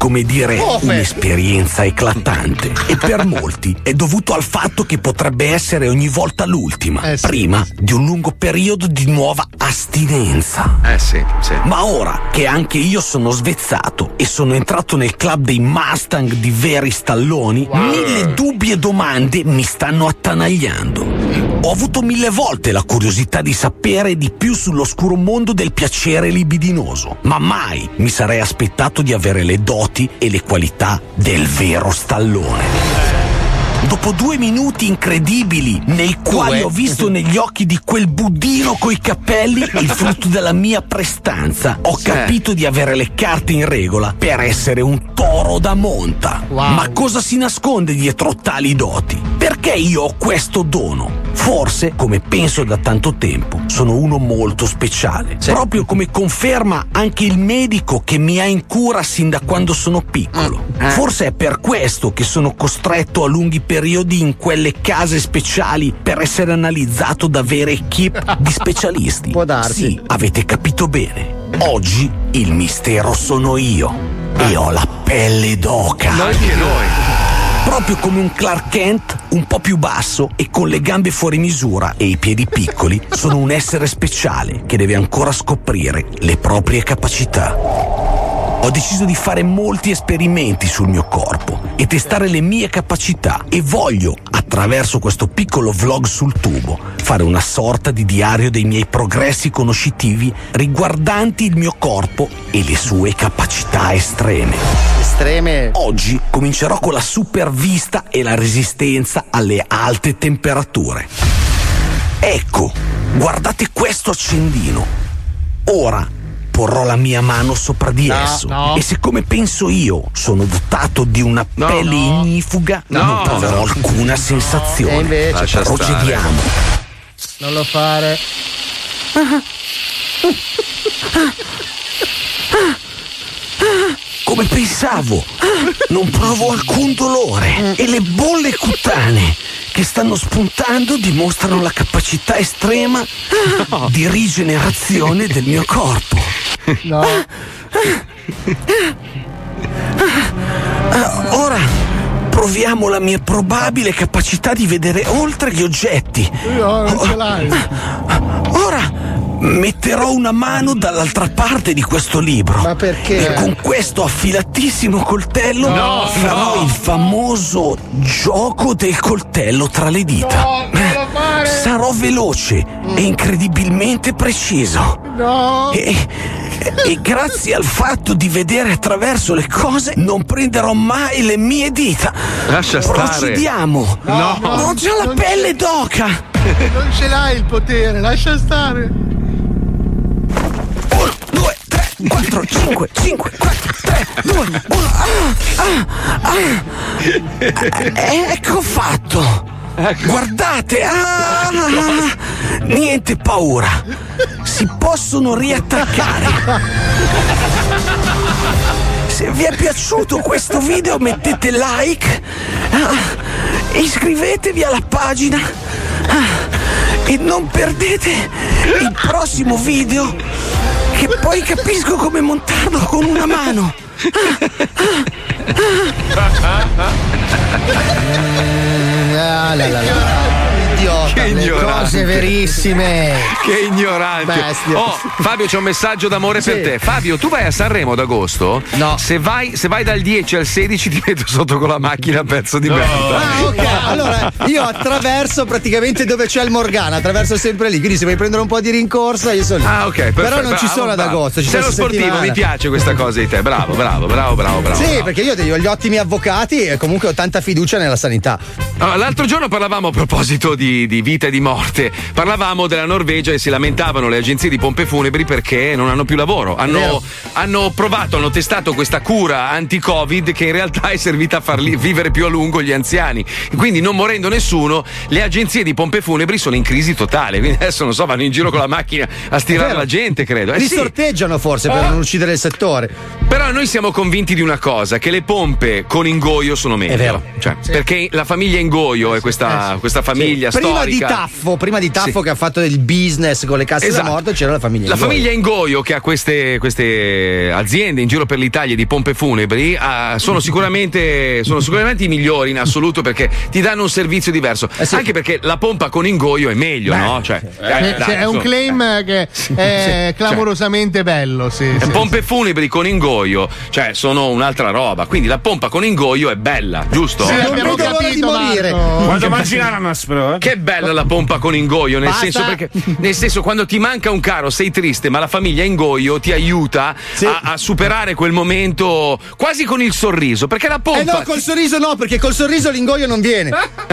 come dire, un'esperienza eclatante. E per molti è dovuto al fatto che potrebbe essere ogni volta l'ultima, prima di un lungo periodo di nuova astinenza. Sì. Ma ora che anche io sono svezzato e sono entrato nel club dei Mustang di veri stalloni, mille dubbi e domande mi stanno attanagliando. Ho avuto 1000 volte la curiosità di sapere di più sull'oscuro mondo del piacere libidinoso, ma mai mi sarei aspettato di avere le doti e le qualità del vero stallone. Dopo 2 minuti incredibili nei quali ho visto negli occhi di quel buddino coi capelli il frutto della mia prestanza, ho capito di avere le carte in regola per essere un toro da monta. Ma cosa si nasconde dietro tali doti? Perché io ho questo dono? Forse, come penso da tanto tempo, sono uno molto speciale. Proprio come conferma anche il medico che mi ha in cura sin da quando sono piccolo. Forse è per questo che sono costretto a lunghi periodi in quelle case speciali per essere analizzato da vere equipe di specialisti. Può darsi. Sì, avete capito bene. Oggi il mistero sono io e ho la pelle d'oca. Anche noi. Proprio come un Clark Kent un po' più basso e con le gambe fuori misura e i piedi piccoli, sono un essere speciale che deve ancora scoprire le proprie capacità. Ho deciso di fare molti esperimenti sul mio corpo e testare le mie capacità e voglio, attraverso questo piccolo vlog sul tubo, fare una sorta di diario dei miei progressi conoscitivi riguardanti il mio corpo e le sue capacità estreme. Oggi comincerò con la supervista e la resistenza alle alte temperature. Ecco, guardate questo accendino. Ora porrò la mia mano sopra di esso e siccome penso io sono dotato di una pelle ignifuga, non proverò alcuna sensazione. Invece, procediamo. Non lo fare. Come pensavo, non provo alcun dolore e le bolle cutanee che stanno spuntando dimostrano la capacità estrema di rigenerazione del mio corpo. Ora proviamo la mia probabile capacità di vedere oltre gli oggetti. Ora metterò una mano dall'altra parte di questo libro. Ma perché? E con questo affilatissimo coltello farò il famoso gioco del coltello tra le dita. Sarò veloce e incredibilmente preciso. E grazie al fatto di vedere attraverso le cose non prenderò mai le mie dita. Lascia stare. Procediamo. Ho già la pelle d'oca. Non ce l'hai il potere, lascia stare. 1, 2, 3, 4, 5, 4, 3, 2, 1. Ecco fatto. Guardate, niente paura. Si possono riattaccare. Se vi è piaciuto questo video mettete like, iscrivetevi alla pagina e non perdete il prossimo video, che poi capisco come montarlo con una mano. Idiota, che le ignorante. cose verissime. Che ignorante. Bestia. Fabio, c'è un messaggio d'amore per te. Fabio, tu vai a Sanremo ad agosto? No. Se vai dal 10 al 16 ti metto sotto con la macchina, pezzo di merda. Ok, allora io attraverso praticamente dove c'è il Morgana, attraverso sempre lì, quindi se vuoi prendere un po' di rincorsa io sono lì. Ok, perfetto. Però non ci sono ad agosto, ci sei sono lo sportivo, settimana. mi piace questa cosa di te. Bravo. Sì, perché io ho gli ottimi avvocati e comunque ho tanta fiducia nella sanità. Allora, l'altro giorno parlavamo a proposito di vita e di morte, parlavamo della Norvegia e si lamentavano le agenzie di pompe funebri perché non hanno più lavoro. Hanno testato questa cura anti-Covid che in realtà è servita a farli vivere più a lungo gli anziani. Quindi non morendo nessuno, le agenzie di pompe funebri sono in crisi totale. Quindi adesso non so, vanno in giro con la macchina a stirare la gente, credo. Li sorteggiano forse per non uccidere il settore. Però noi siamo convinti di una cosa, che le pompe con ingoio sono meglio. È vero. Cioè, perché la famiglia ingoio è questa famiglia storica. Prima di Taffo che ha fatto del business con le casse da morto, c'era la famiglia Ingoio. La famiglia Ingoio, che ha queste aziende in giro per l'Italia di pompe funebri, sono sicuramente i migliori in assoluto, perché ti danno un servizio diverso. Anche perché la pompa con Ingoio è meglio, no? Cioè, è un claim che è clamorosamente bello. Pompe funebri con Ingoio, cioè sono un'altra roba. Quindi la pompa con Ingoio è bella, giusto? Sì, abbiamo capito, Marco. Quando mangi l'ananas, però. Che bella la pompa con Ingoio, nel senso quando ti manca un caro sei triste, ma la famiglia Ingoio ti aiuta a superare quel momento quasi con il sorriso, perché la pompa no, col sorriso no, perché col sorriso l'Ingoio non viene.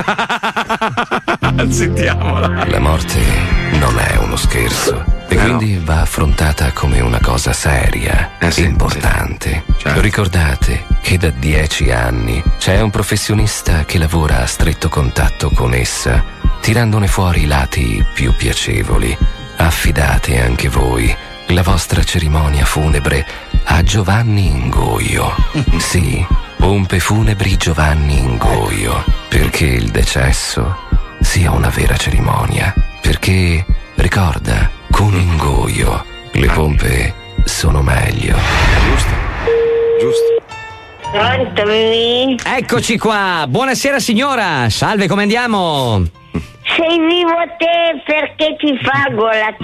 Sentiamola. La morte non è uno scherzo e quindi va affrontata come una cosa seria, importante. Certo. Ricordate che da 10 anni c'è un professionista che lavora a stretto contatto con essa, tirandone fuori i lati più piacevoli. Affidate anche voi la vostra cerimonia funebre a Giovanni Ingoio. Sì, pompe funebri Giovanni Ingoio, perché il decesso sia una vera cerimonia. Perché, ricorda, con Ingoio le pompe sono meglio. Giusto. Pronto, Mimì? Eccoci qua. Buonasera signora. Salve, come andiamo? Sei vivo te perché ti pago la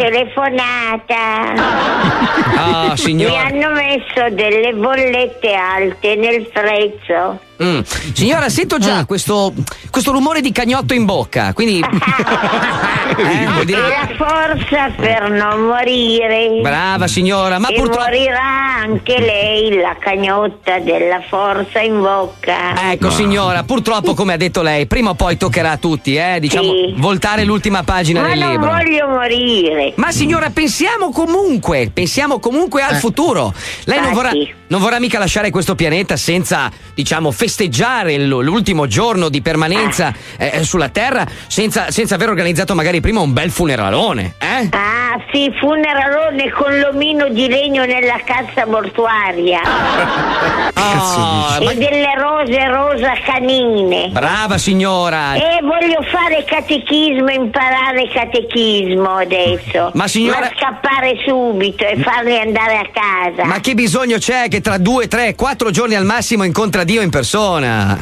telefonata. Signora. Mi hanno messo delle bollette alte nel prezzo. Signora, sento già questo rumore di cagnotto in bocca, quindi vuol dire... la forza per non morire. Brava signora, ma e purtroppo morirà anche lei, la cagnotta della forza in bocca. Ecco signora, purtroppo come ha detto lei, prima o poi toccherà a tutti, diciamo, voltare l'ultima pagina del libro. Ma non voglio morire. Ma signora, pensiamo comunque al futuro. Lei non vorrà mica lasciare questo pianeta senza, diciamo, festeggiare l'ultimo giorno di permanenza sulla Terra senza aver organizzato magari prima un bel funeralone, Ah, sì, funeralone con l'omino di legno nella cassa mortuaria. E delle rose rosa canine. Brava signora. E voglio fare catechismo, imparare catechismo adesso. Ma signora, scappare subito e farli andare a casa. Ma che bisogno c'è che tra 2, 3, 4 giorni al massimo incontra Dio in persona?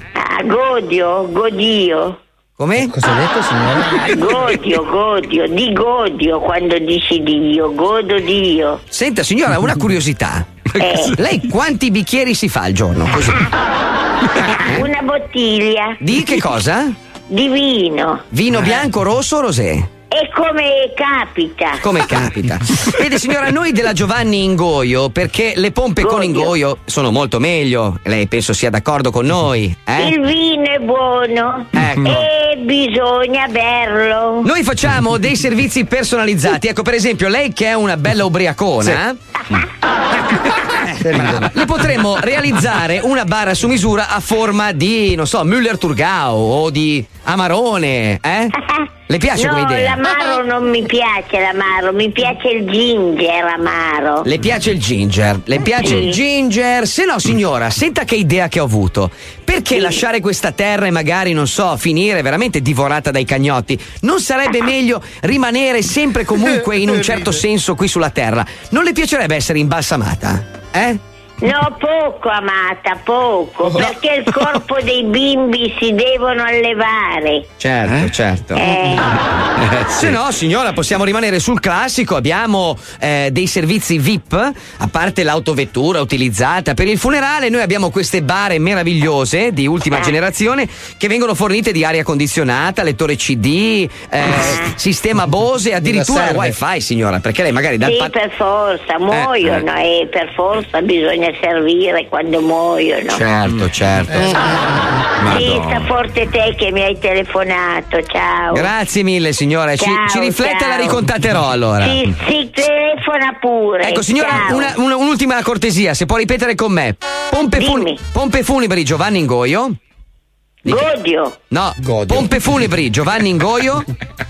Godio. Come? Cosa ha detto, signora? Godio quando dici Dio, godo Dio. Senta signora, una curiosità. Lei quanti bicchieri si fa al giorno? Così? Una bottiglia. Di che cosa? Di vino. Vino bianco, rosso o rosé? E come capita. Come capita. Vede signora, noi della Giovanni Ingoio, perché le pompe con Ingoio sono molto meglio. Lei penso sia d'accordo con noi, Il vino è buono. Ecco. E bisogna berlo. Noi facciamo dei servizi personalizzati. Ecco, per esempio, lei che è una bella ubriacona, le potremmo realizzare una barra su misura a forma di, non so, Müller-Thurgau o di Amarone, Le piace come idea? No, l'amaro non mi piace, mi piace il ginger amaro. Le piace il ginger? Le piace il ginger? Se no, signora, senta che idea che ho avuto. Perché lasciare questa terra e magari, non so, finire veramente divorata dai cagnotti? Non sarebbe meglio rimanere sempre comunque in un certo senso qui sulla terra? Non le piacerebbe essere imbalsamata? No, poco amata, poco, perché il corpo dei bimbi si devono allevare. Certo. Se no, signora, possiamo rimanere sul classico. Abbiamo dei servizi VIP, a parte l'autovettura utilizzata per il funerale. Noi abbiamo queste bare meravigliose di ultima generazione che vengono fornite di aria condizionata, lettore CD, sistema Bose, addirittura wifi, signora, perché lei magari per forza muoiono e per forza bisogna servire quando muoiono. Certo. Sì, sta forte te che mi hai telefonato, ciao. Grazie mille signora, ci rifletta e la ricontatterò allora. Sì, telefona pure. Ecco signora, un'ultima cortesia, se può ripetere con me. Pompe funebri Giovanni Ingoio. Godio. No, pompe funebri Giovanni Ingoio.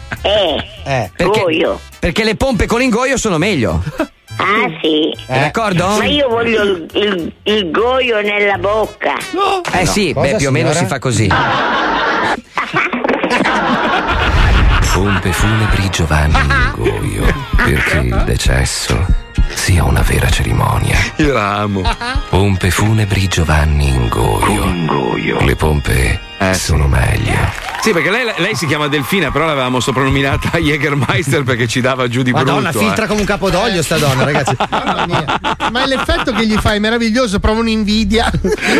Goio. Perché le pompe con Ingoio sono meglio. Ah sì. D'accordo? Ma io voglio il goio nella bocca. Sì, più o meno si fa così. Pompe funebri Giovanni Ingoio, perché il decesso sia una vera cerimonia. Io la amo. Pompe funebri Giovanni Ingoio. Le pompe sono meglio. Sì, perché lei si chiama Delfina, però l'avevamo soprannominata Jägermeister perché ci dava giù di Madonna, brutto. filtra come un capodoglio sta donna, ragazzi. Mamma mia. Ma è l'effetto che gli fai è meraviglioso, provo un'invidia.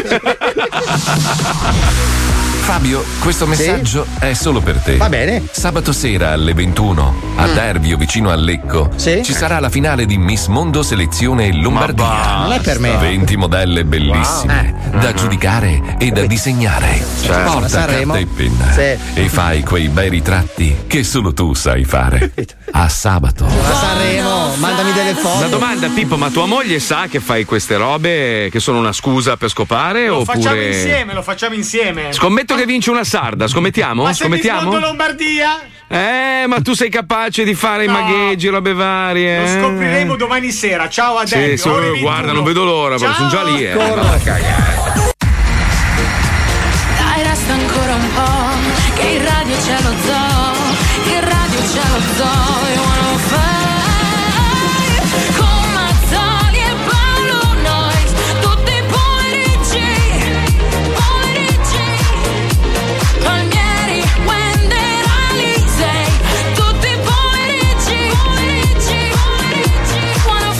Fabio, questo messaggio è solo per te. Va bene. Sabato sera alle 21 a Dervio, vicino a Lecco, ci sarà la finale di Miss Mondo Selezione Lombardia. Non è per me. 20 modelle bellissime da giudicare e da disegnare. Porta Sanremo. carta e penna e fai quei bei ritratti che solo tu sai fare. A sabato. A Sanremo, mandami delle foto. Una domanda, Pippo, ma tua moglie sa che fai queste robe che sono una scusa per scopare? Lo oppure facciamo insieme. Scommetto che vince una sarda, scommettiamo? Ma se Scommettiamo? Miss Mondo Lombardia? Ma tu sei capace di fare i magheggi, robe varie? Lo scopriremo domani sera. Ciao a Derby. Sì, guarda, non vedo l'ora, però sono già lì. Corro. Dai, resta ancora un po', che in radio c'è lo zoo, che in radio c'è lo zoo, io wanna fly, con Mazzoli e Paolo Noyes, tutti i pomeriggi, Palmieri, Wender, Alisei, tutti i pomeriggi, wanna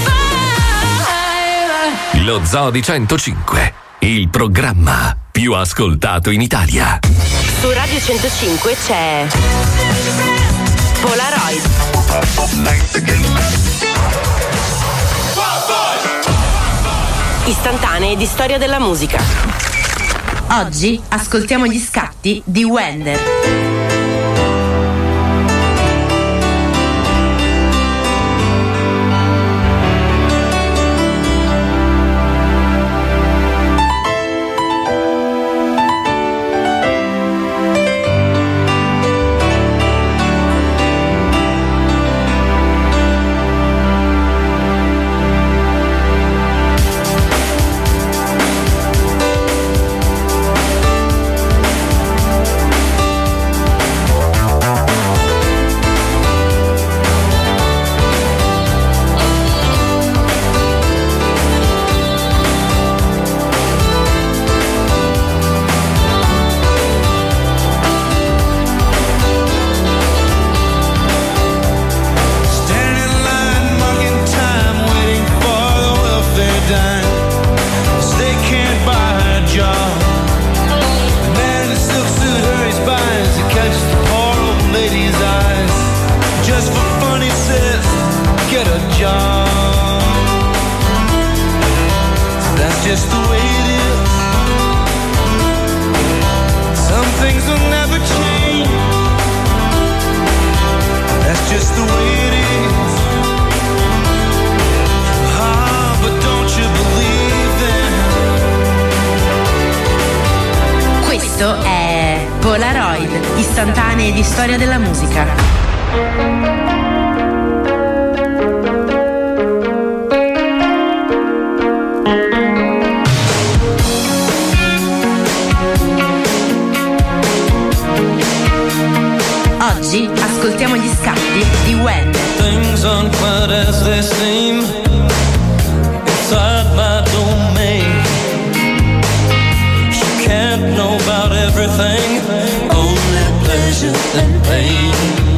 fly. Lo Zoo di 105, il programma più ascoltato in Italia. Su Radio 105 c'è Polaroid. Istantanee di storia della musica. Oggi ascoltiamo gli scatti di Wender. Questo è Polaroid, istantanee di storia della musica. Oggi ascoltiamo gli scatti di Wender. Things aren't quite as they seem inside my domain. You can't know about everything, only pleasure and pain.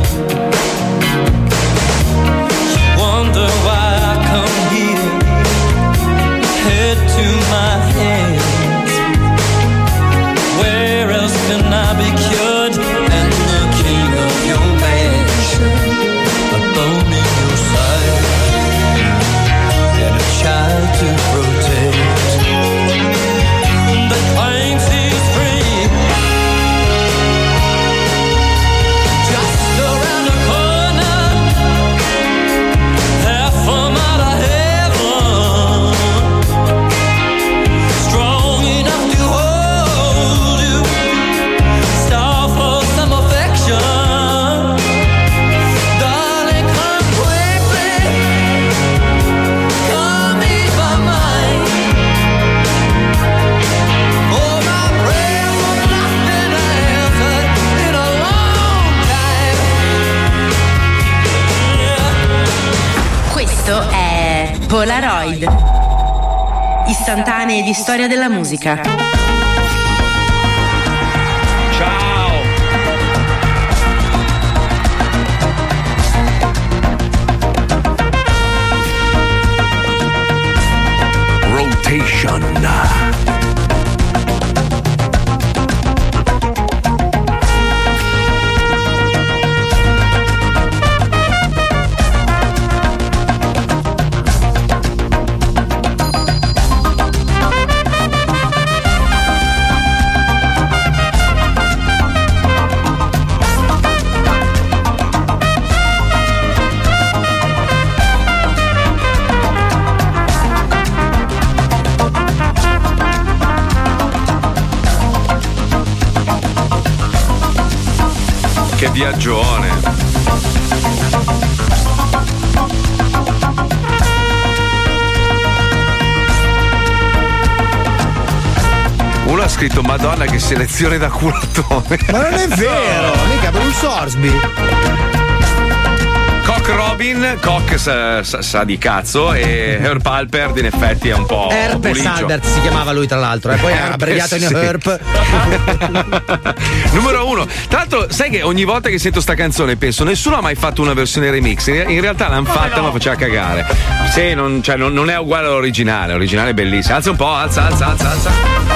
You wonder why I come here, head to my hands. Where else can I be cured? And the king of your mansion, a bone in your side, and a child to protect. The claims he's free, just Questo è Polaroid. Istantanee di storia della musica. Ciao. Rotation. Che viaggione. Uno ha scritto Madonna che selezione da culatone. Ma non è vero, mica Bruce Orsby. Cock Robin, Cock sa di cazzo e Herb Alpert in effetti è un po' Herb pulicio. Salbert si chiamava lui tra l'altro, poi ha abbreviato in sì. Herb. Numero 1. Tra l'altro sai che ogni volta che sento sta canzone penso nessuno ha mai fatto una versione remix, in realtà l'hanno fatta ma faceva cagare. Sì, non è uguale all'originale, l'originale è bellissimo. Alza un po', alza.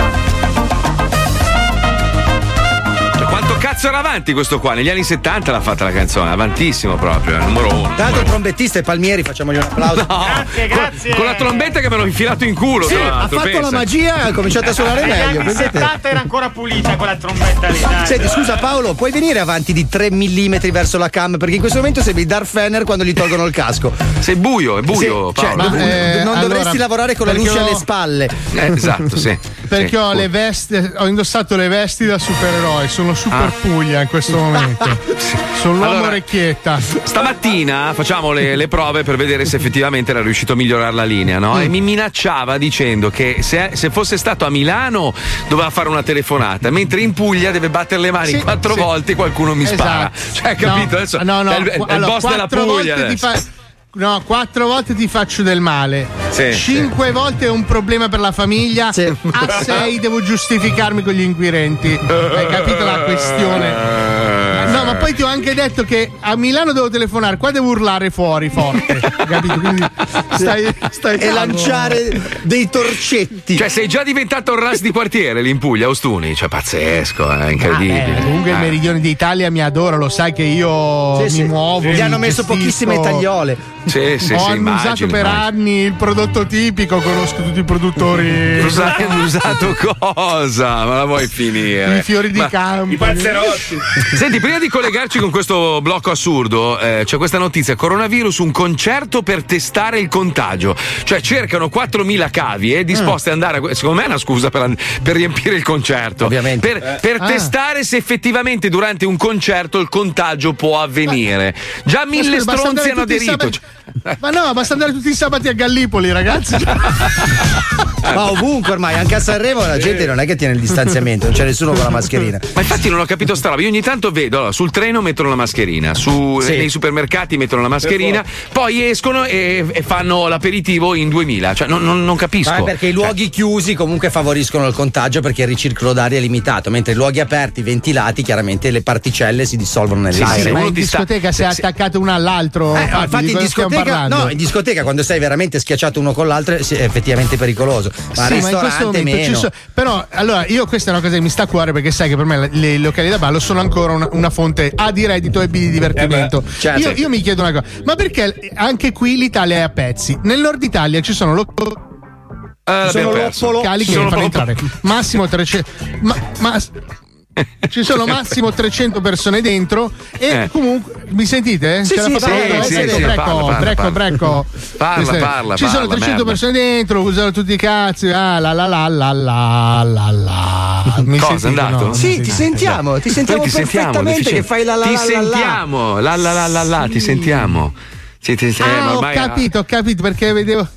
Quanto cazzo era avanti questo qua? Negli anni 70 l'ha fatta la canzone, avantissimo proprio, numero 1. Tra l'altro il trombettista è Palmieri, facciamogli un applauso. No, Grazie. Con la trombetta che me l'ho infilato in culo. Sì, tra ha l'altro, fatto pensa. la magia, ha cominciato a suonare Negli meglio. anni 70 era ancora pulita quella trombetta lì, dai. Senti, scusa Paolo, puoi venire avanti di 3 mm verso la cam? Perché in questo momento sembri Darth Vader quando gli tolgono il casco. Sei buio, è buio, Sì, Paolo. non dovresti lavorare con la luce perché alle spalle. Esatto, sì. Perché Sì. ho le vesti, ho indossato le vesti da supereroe, sono super Puglia in questo momento. Sono l'uomo Allora, orecchietta. Stamattina facciamo le prove per vedere se effettivamente era riuscito a migliorare la linea, no? E mi minacciava dicendo che se fosse stato a Milano doveva fare una telefonata, mentre in Puglia deve battere le mani 4 volte e qualcuno mi spara. Cioè, capito? No, Adesso no, è il allora, boss della 4 Puglia. volte Adesso. No, 4 volte ti faccio del male. Sì, 5 volte è un problema per la famiglia. A 6 devo giustificarmi con gli inquirenti. Hai capito la questione? No, ma poi ti ho anche detto che a Milano devo telefonare, qua devo urlare fuori forte. Capito? Quindi stai E lanciare dei torcetti. Cioè, sei già diventato un ras di quartiere lì in Puglia, Ostuni. Cioè, pazzesco, è incredibile. Comunque il meridione d'Italia mi adora, lo sai che io mi muovo. Gli hanno mi messo gestisco. pochissime tagliole. Sì, Ho annusato immagino, per anni il prodotto tipico, conosco tutti i produttori. Usato cosa? Ma la vuoi finire? I fiori di campo. I pazzerotti. Senti, prima di collegarci con questo blocco assurdo, c'è questa notizia: coronavirus, un concerto per testare il contagio. Cioè cercano 4.000 cavie disposte ad andare secondo me è una scusa per riempire il concerto. Ovviamente. Per testare se effettivamente durante un concerto il contagio può avvenire. Già 1000 stronzi hanno aderito. Ma no, basta andare tutti i sabati a Gallipoli, ragazzi. Ma ovunque ormai, anche a Sanremo la gente non è che tiene il distanziamento, non c'è nessuno con la mascherina. Ma infatti non ho capito sta roba. Io ogni tanto vedo, allora, sul treno mettono la mascherina, nei supermercati mettono la mascherina, poi escono e fanno l'aperitivo in 2000. Cioè non capisco. Ma è perché i luoghi chiusi comunque favoriscono il contagio perché il ricircolo d'aria è limitato, mentre i luoghi aperti, ventilati, chiaramente le particelle si dissolvono nell'aria. Ma in discoteca sei attaccato uno all'altro. Infatti in discoteca quando sei veramente schiacciato uno con l'altro è effettivamente pericoloso. Ma al ristorante meno. Però allora io questa è una cosa che mi sta a cuore perché sai che per me le locali da ballo sono ancora una fonte A di reddito e B di divertimento. Certo. Io mi chiedo una cosa, ma perché anche qui l'Italia è a pezzi? Nel nord Italia ci sono locali che fanno entrare massimo 300 ci sono massimo 300 persone dentro e comunque mi sentite? Sì, Brecco. Parla. Ci sono 300 persone dentro, usano tutti i cazzi. Mi Cosa è sentite, andato? no? Sì, ti sentiamo perfettamente che fai la. Ti sentiamo, ti sentiamo. Ho capito perché vedevo.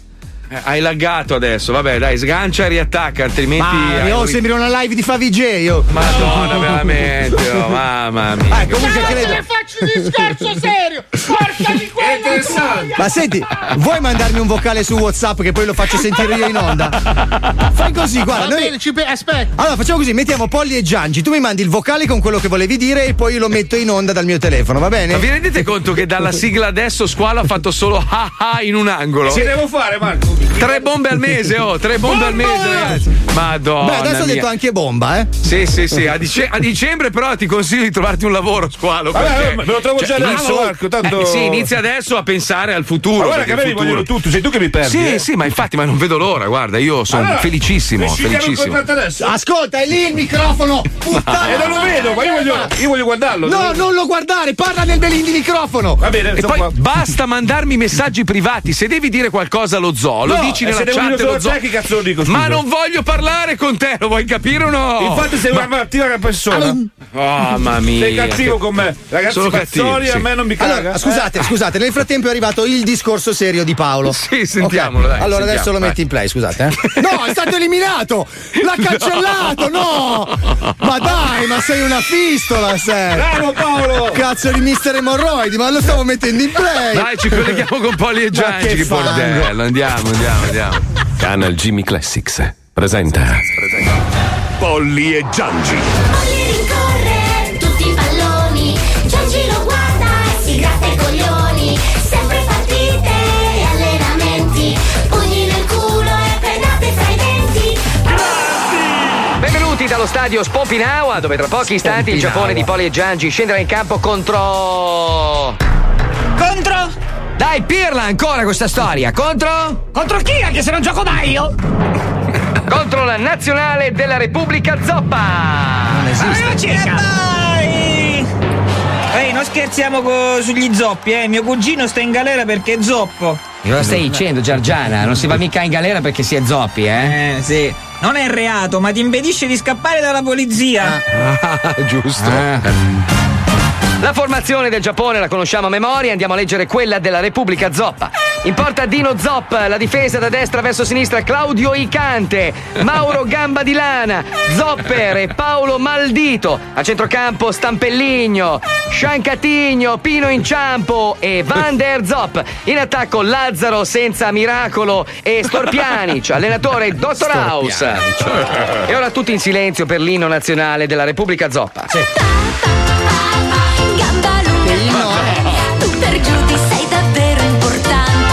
Hai laggato adesso, vabbè, dai, sgancia e riattacca, altrimenti. Io sembri una live di Favij, io. Madonna, veramente, mamma mia. Comunque credo. Che faccio di scherzo serio! Porca di quella! Ma senti, vuoi mandarmi un vocale su WhatsApp che poi lo faccio sentire io in onda? Fai così, guarda. Va bene, aspetta. Allora facciamo così, mettiamo Polly e Giangi. Tu mi mandi il vocale con quello che volevi dire e poi io lo metto in onda dal mio telefono, va bene? Ma vi rendete conto che dalla sigla adesso Squalo ha fatto solo in un angolo? Che devo fare, Marco? 3 bombe al mese, 3 bombe al mese, ragazzi. Madonna. Beh, adesso ho detto anche bomba, Sì. A dicembre, però, ti consiglio di trovarti un lavoro, Squalo. Vabbè, me lo trovo già adesso, Marco. Tanto... sì, inizia adesso a pensare al futuro. Ma guarda che a me mi vogliono tutto, sei tu che mi perdi. Sì, ma infatti, ma non vedo l'ora, guarda, io sono felicissimo. Ascolta, è lì il microfono. Puttana. Non lo vedo, ma io voglio guardarlo. No, non lo guardare, parla nel belin di microfono. Va bene, e poi basta mandarmi messaggi privati. Se devi dire qualcosa allo zoo, lo dici nella chat dello zoo. Che cazzo lo dico, scusa? Ma non voglio parlare con te, lo vuoi capire o no? Infatti sei una cattiva persona. Oh, mamma mia. Sei cattivo con me. Ragazzi, sono cattivo, a me non mi caga. Allora, scusate, nel frattempo è arrivato il discorso serio di Paolo. Sì, sentiamolo, dai. Allora adesso lo metti in play, scusate. No, è stato eliminato! L'ha cancellato, no! Ma dai, ma sei una fistola, sei! Bravo Paolo! Cazzo di mister emorroidi, ma lo stavo mettendo in play! Dai, ci colleghiamo con Polly e Giangi, che bordello. Andiamo. Canal Jimmy Classics presenta Polly e Giangi. Polly rincorre tutti i palloni, Giangi lo guarda e si gratta i coglioni. Sempre partite e allenamenti, pugni nel culo e pedate fra i denti. Benvenuti dallo stadio Spompinaua, dove tra pochi istanti il Giappone di Polly e Giangi scenderà in campo contro? Dai, pirla ancora questa storia. Contro chi? Anche se non gioco mai io. Contro la nazionale della Repubblica Zoppa. Non esiste. Ehi, non scherziamo sugli zoppi, mio cugino sta in galera perché è zoppo. Cosa stai dicendo, Giorgiana? Non si va mica in galera perché si è zoppi, sì. Non è reato, ma ti impedisce di scappare dalla polizia. Giusto. La formazione del Giappone la conosciamo a memoria, andiamo a leggere quella della Repubblica Zoppa. In porta Dino Zopp, la difesa da destra verso sinistra Claudio Icante, Mauro Gamba di Lana, Zopper e Paolo Maldito. A centrocampo Stampelligno, Sciancatigno, Pino Inciampo e Van der Zopp. In attacco Lazzaro senza miracolo e Storpianic, allenatore Dottor House. E ora tutti in silenzio per l'inno nazionale della Repubblica Zoppa. Tu per Giudy sei davvero importante.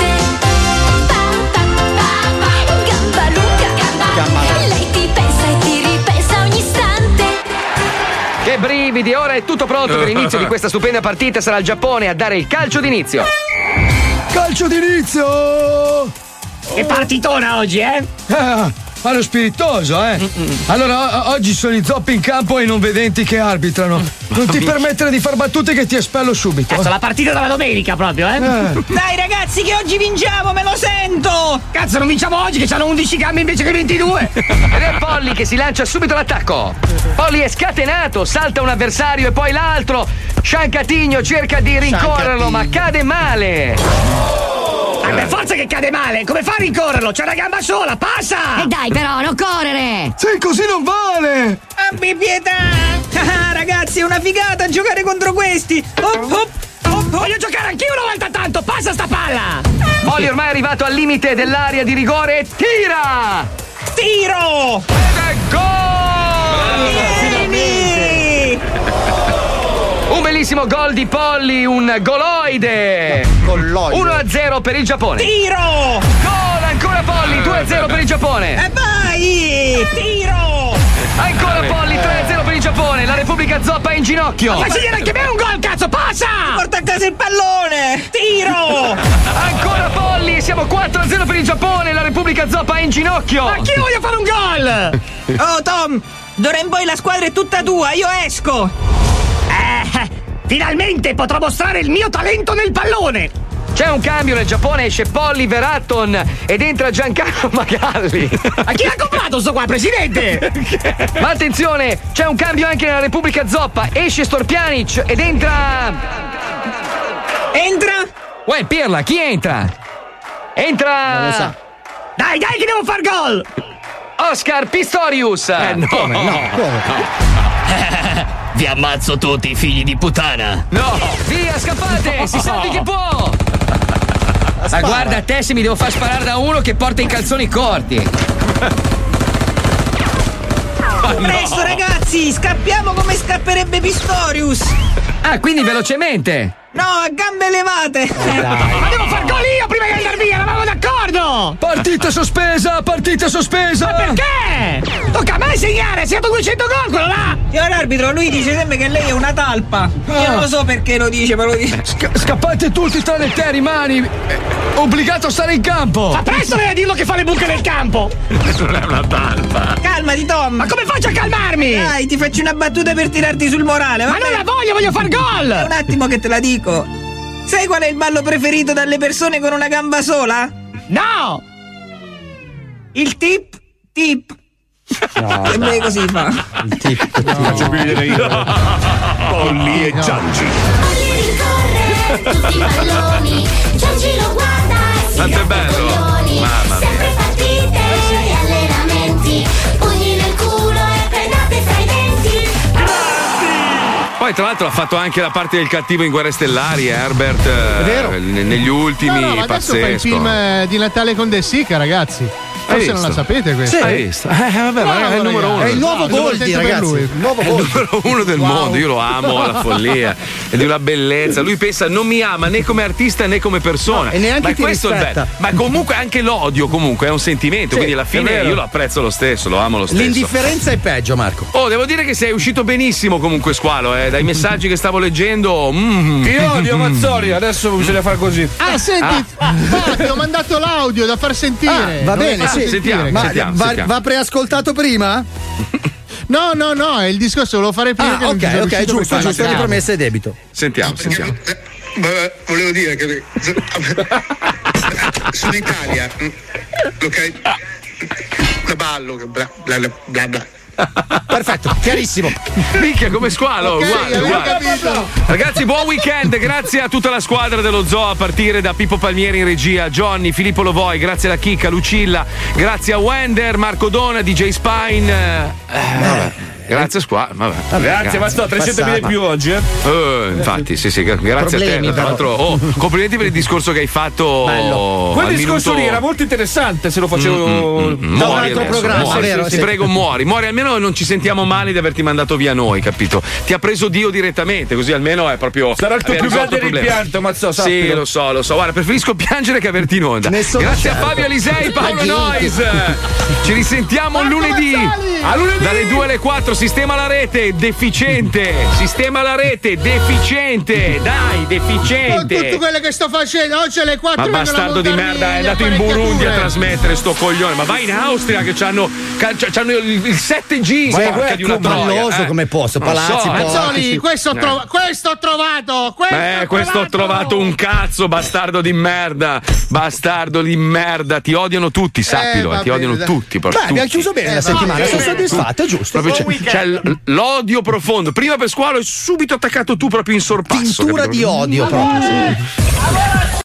Gamba lunga, lei ti pensa e ti ripensa ogni istante. Che brividi, ora è tutto pronto per l'inizio di questa stupenda partita, sarà il Giappone a dare il calcio d'inizio. Calcio d'inizio! Che partitona oggi, Fallo spiritoso, Allora, oggi sono i zoppi in campo e i non vedenti che arbitrano. Non ti permettere di far battute che ti espello subito. Cazzo, la partita della domenica proprio, Dai ragazzi che oggi vinciamo, me lo sento! Cazzo, non vinciamo oggi che c'hanno 11 cambi invece che 22! Ed è Polly che si lancia subito all'attacco. Polly è scatenato, salta un avversario e poi l'altro. Sciancatigno cerca di rincorrerlo, ma cade male. Per forza che cade male, come fa a rincorrerlo? C'è una gamba sola, passa! E dai però, non correre! Sì, così non vale! Abbi pietà! Ragazzi, è una figata giocare contro questi! Voglio giocare anch'io una volta tanto! Passa sta palla! Polly ormai è arrivato al limite dell'area di rigore e tira! Tiro! Ed è gol! Vieni! Un bellissimo gol di Polly, un goloide! 1-0 per il Giappone. Tiro! Gol ancora Polly, 2-0 per il Giappone. E vai! Tiro! Ancora Polly, 3-0 per il Giappone. La Repubblica Zoppa è in ginocchio. Ma facci dire anche me un gol, cazzo, passa! Porta a casa il pallone! Tiro! Ancora Polly, siamo 4-0 per il Giappone. La Repubblica Zoppa è in ginocchio. Ma anch'io voglio fare un gol! Oh Tom, d'ora in poi la squadra è tutta tua, io esco! Finalmente potrò mostrare il mio talento nel pallone! C'è un cambio nel Giappone, esce Polly Veratton ed entra Giancarlo Magalli. Ma chi l'ha comprato sto qua, presidente? Ma attenzione, c'è un cambio anche nella Repubblica Zoppa, esce Storpianic ed entra... Entra? Uè, Pirla, chi entra? Entra... Non lo sa. Dai che devo far gol! Oscar Pistorius! No. Vi ammazzo tutti, figli di puttana! No! Via, scappate! Si salvi che può! Ma guarda te se mi devo far sparare da uno che porta i calzoni corti! Presto ragazzi, scappiamo come scapperebbe Pistorius! Ah, quindi velocemente! No, a gambe levate! Ma devo far gol io prima di andare via, eravamo d'accordo! Partita sospesa! Ma perché? Tocca a me segnare, è stato 200 gol quello là! Signor arbitro, lui dice sempre che lei è una talpa. Io non lo so perché lo dice, ma lo dice. Scappate tutti tranne te, rimani! Obbligato a stare in campo! Ma presto vai a dirlo che fa le buche nel campo! Non è una talpa. Calmati Tom! Ma come faccio a calmarmi? Dai, ti faccio una battuta per tirarti sul morale. Ma non la voglio far gol! È un attimo che te la dico. Sai qual è il ballo preferito dalle persone con una gamba sola? No! Il tip. E me così fa. Il tip. Faccio più vedere io. Polli e Giangi. Tutti i palloni, Giangi lo guarda e si Quanto è bello! Mamma sempre mia! partite e allenamenti, pugni nel culo e pedate fra i denti. Poi tra l'altro ha fatto anche la parte del cattivo in Guerre Stellari, Herbert. È vero. Negli ultimi, No, ma adesso fa il pazzesco. film di Natale con De Sica, ragazzi. Forse non la sapete questa. Sì. Hai visto? Vabbè, ma è il numero uno. È il nuovo Boldi, ragazzi. Il nuovo È il numero uno del mondo, io lo amo alla follia. È di una bellezza. Lui pensa, non mi ama né come artista né come persona. No, e neanche ma ti questo è il rispetta. bello. Ma comunque anche l'odio comunque è un sentimento. Sì, quindi alla è fine vero. io lo apprezzo lo stesso, lo amo lo stesso. L'indifferenza è peggio, Marco. Oh, devo dire che sei uscito benissimo comunque, Squalo, dai messaggi che stavo leggendo. Io odio Mazzoli, adesso bisogna fare così. Ah, senti, ti ho mandato l'audio da far sentire. Va Non bene, l'hai fatto sì. sentire. Ma sentiamo. va preascoltato prima? No, è il discorso, volevo fare prima che non ci sono Ok, riuscito giusto, per fare. di promessa e debito. Sentiamo. Volevo dire che sull'Italia, ok? La ballo, bla bla bla bla. Perfetto, chiarissimo. Minchia, come Squalo, uguale. Ragazzi, buon weekend, grazie a tutta la squadra dello Zoo, a partire da Pippo Palmieri in regia, Johnny, Filippo Lovoi, grazie alla Chicca, Lucilla, grazie a Wender, Marco Dona, DJ Spine. Vabbè. Grazie squadra, vabbè. Grazie, ma sto 300.000 in più oggi, infatti, sì, grazie Problemi, a te. Tra l'altro, complimenti per il discorso che hai fatto. Quel al discorso minuto- lì era molto interessante se lo facevo da un Muori altro adesso, programma, muori. vero? Ti Sì. prego, muori, almeno non ci sentiamo male di averti mandato via noi, capito? Ti ha preso Dio direttamente, così almeno è proprio. Sarà il tuo hai più risolto grande il problema. rimpianto, Mazzo, Sì, sappilo. lo so. Guarda, preferisco piangere che averti in onda. Ne sono Grazie certo. a Fabio Alisei, Paolo Nois. Ci risentiamo lunedì. A lunedì! Dalle 2 alle 4, sistema la rete, deficiente. Sistema la rete, deficiente. Dai, Con deficiente. tutto quello che sto facendo, oggi alle 4 Ma bastardo di merda, è andato in Burundi a trasmettere sto coglione. Ma vai in Austria che c'hanno il 7G. Porca di una troia. Malloso come posso, Non palazzi, so, Mazzoli, questo ho trovato! Questo ho trovato un cazzo, bastardo di merda. Bastardo di merda. Ti odiano tutti, sappilo. va Ti odiano bene, tutti. Beh, tutti. abbiamo chiuso bene la settimana, sono soddisfatto, è giusto. Proprio c'è l'odio profondo. Prima per Squalo e subito attaccato tu proprio in sorpasso. Tintura capito? di odio proprio. sì.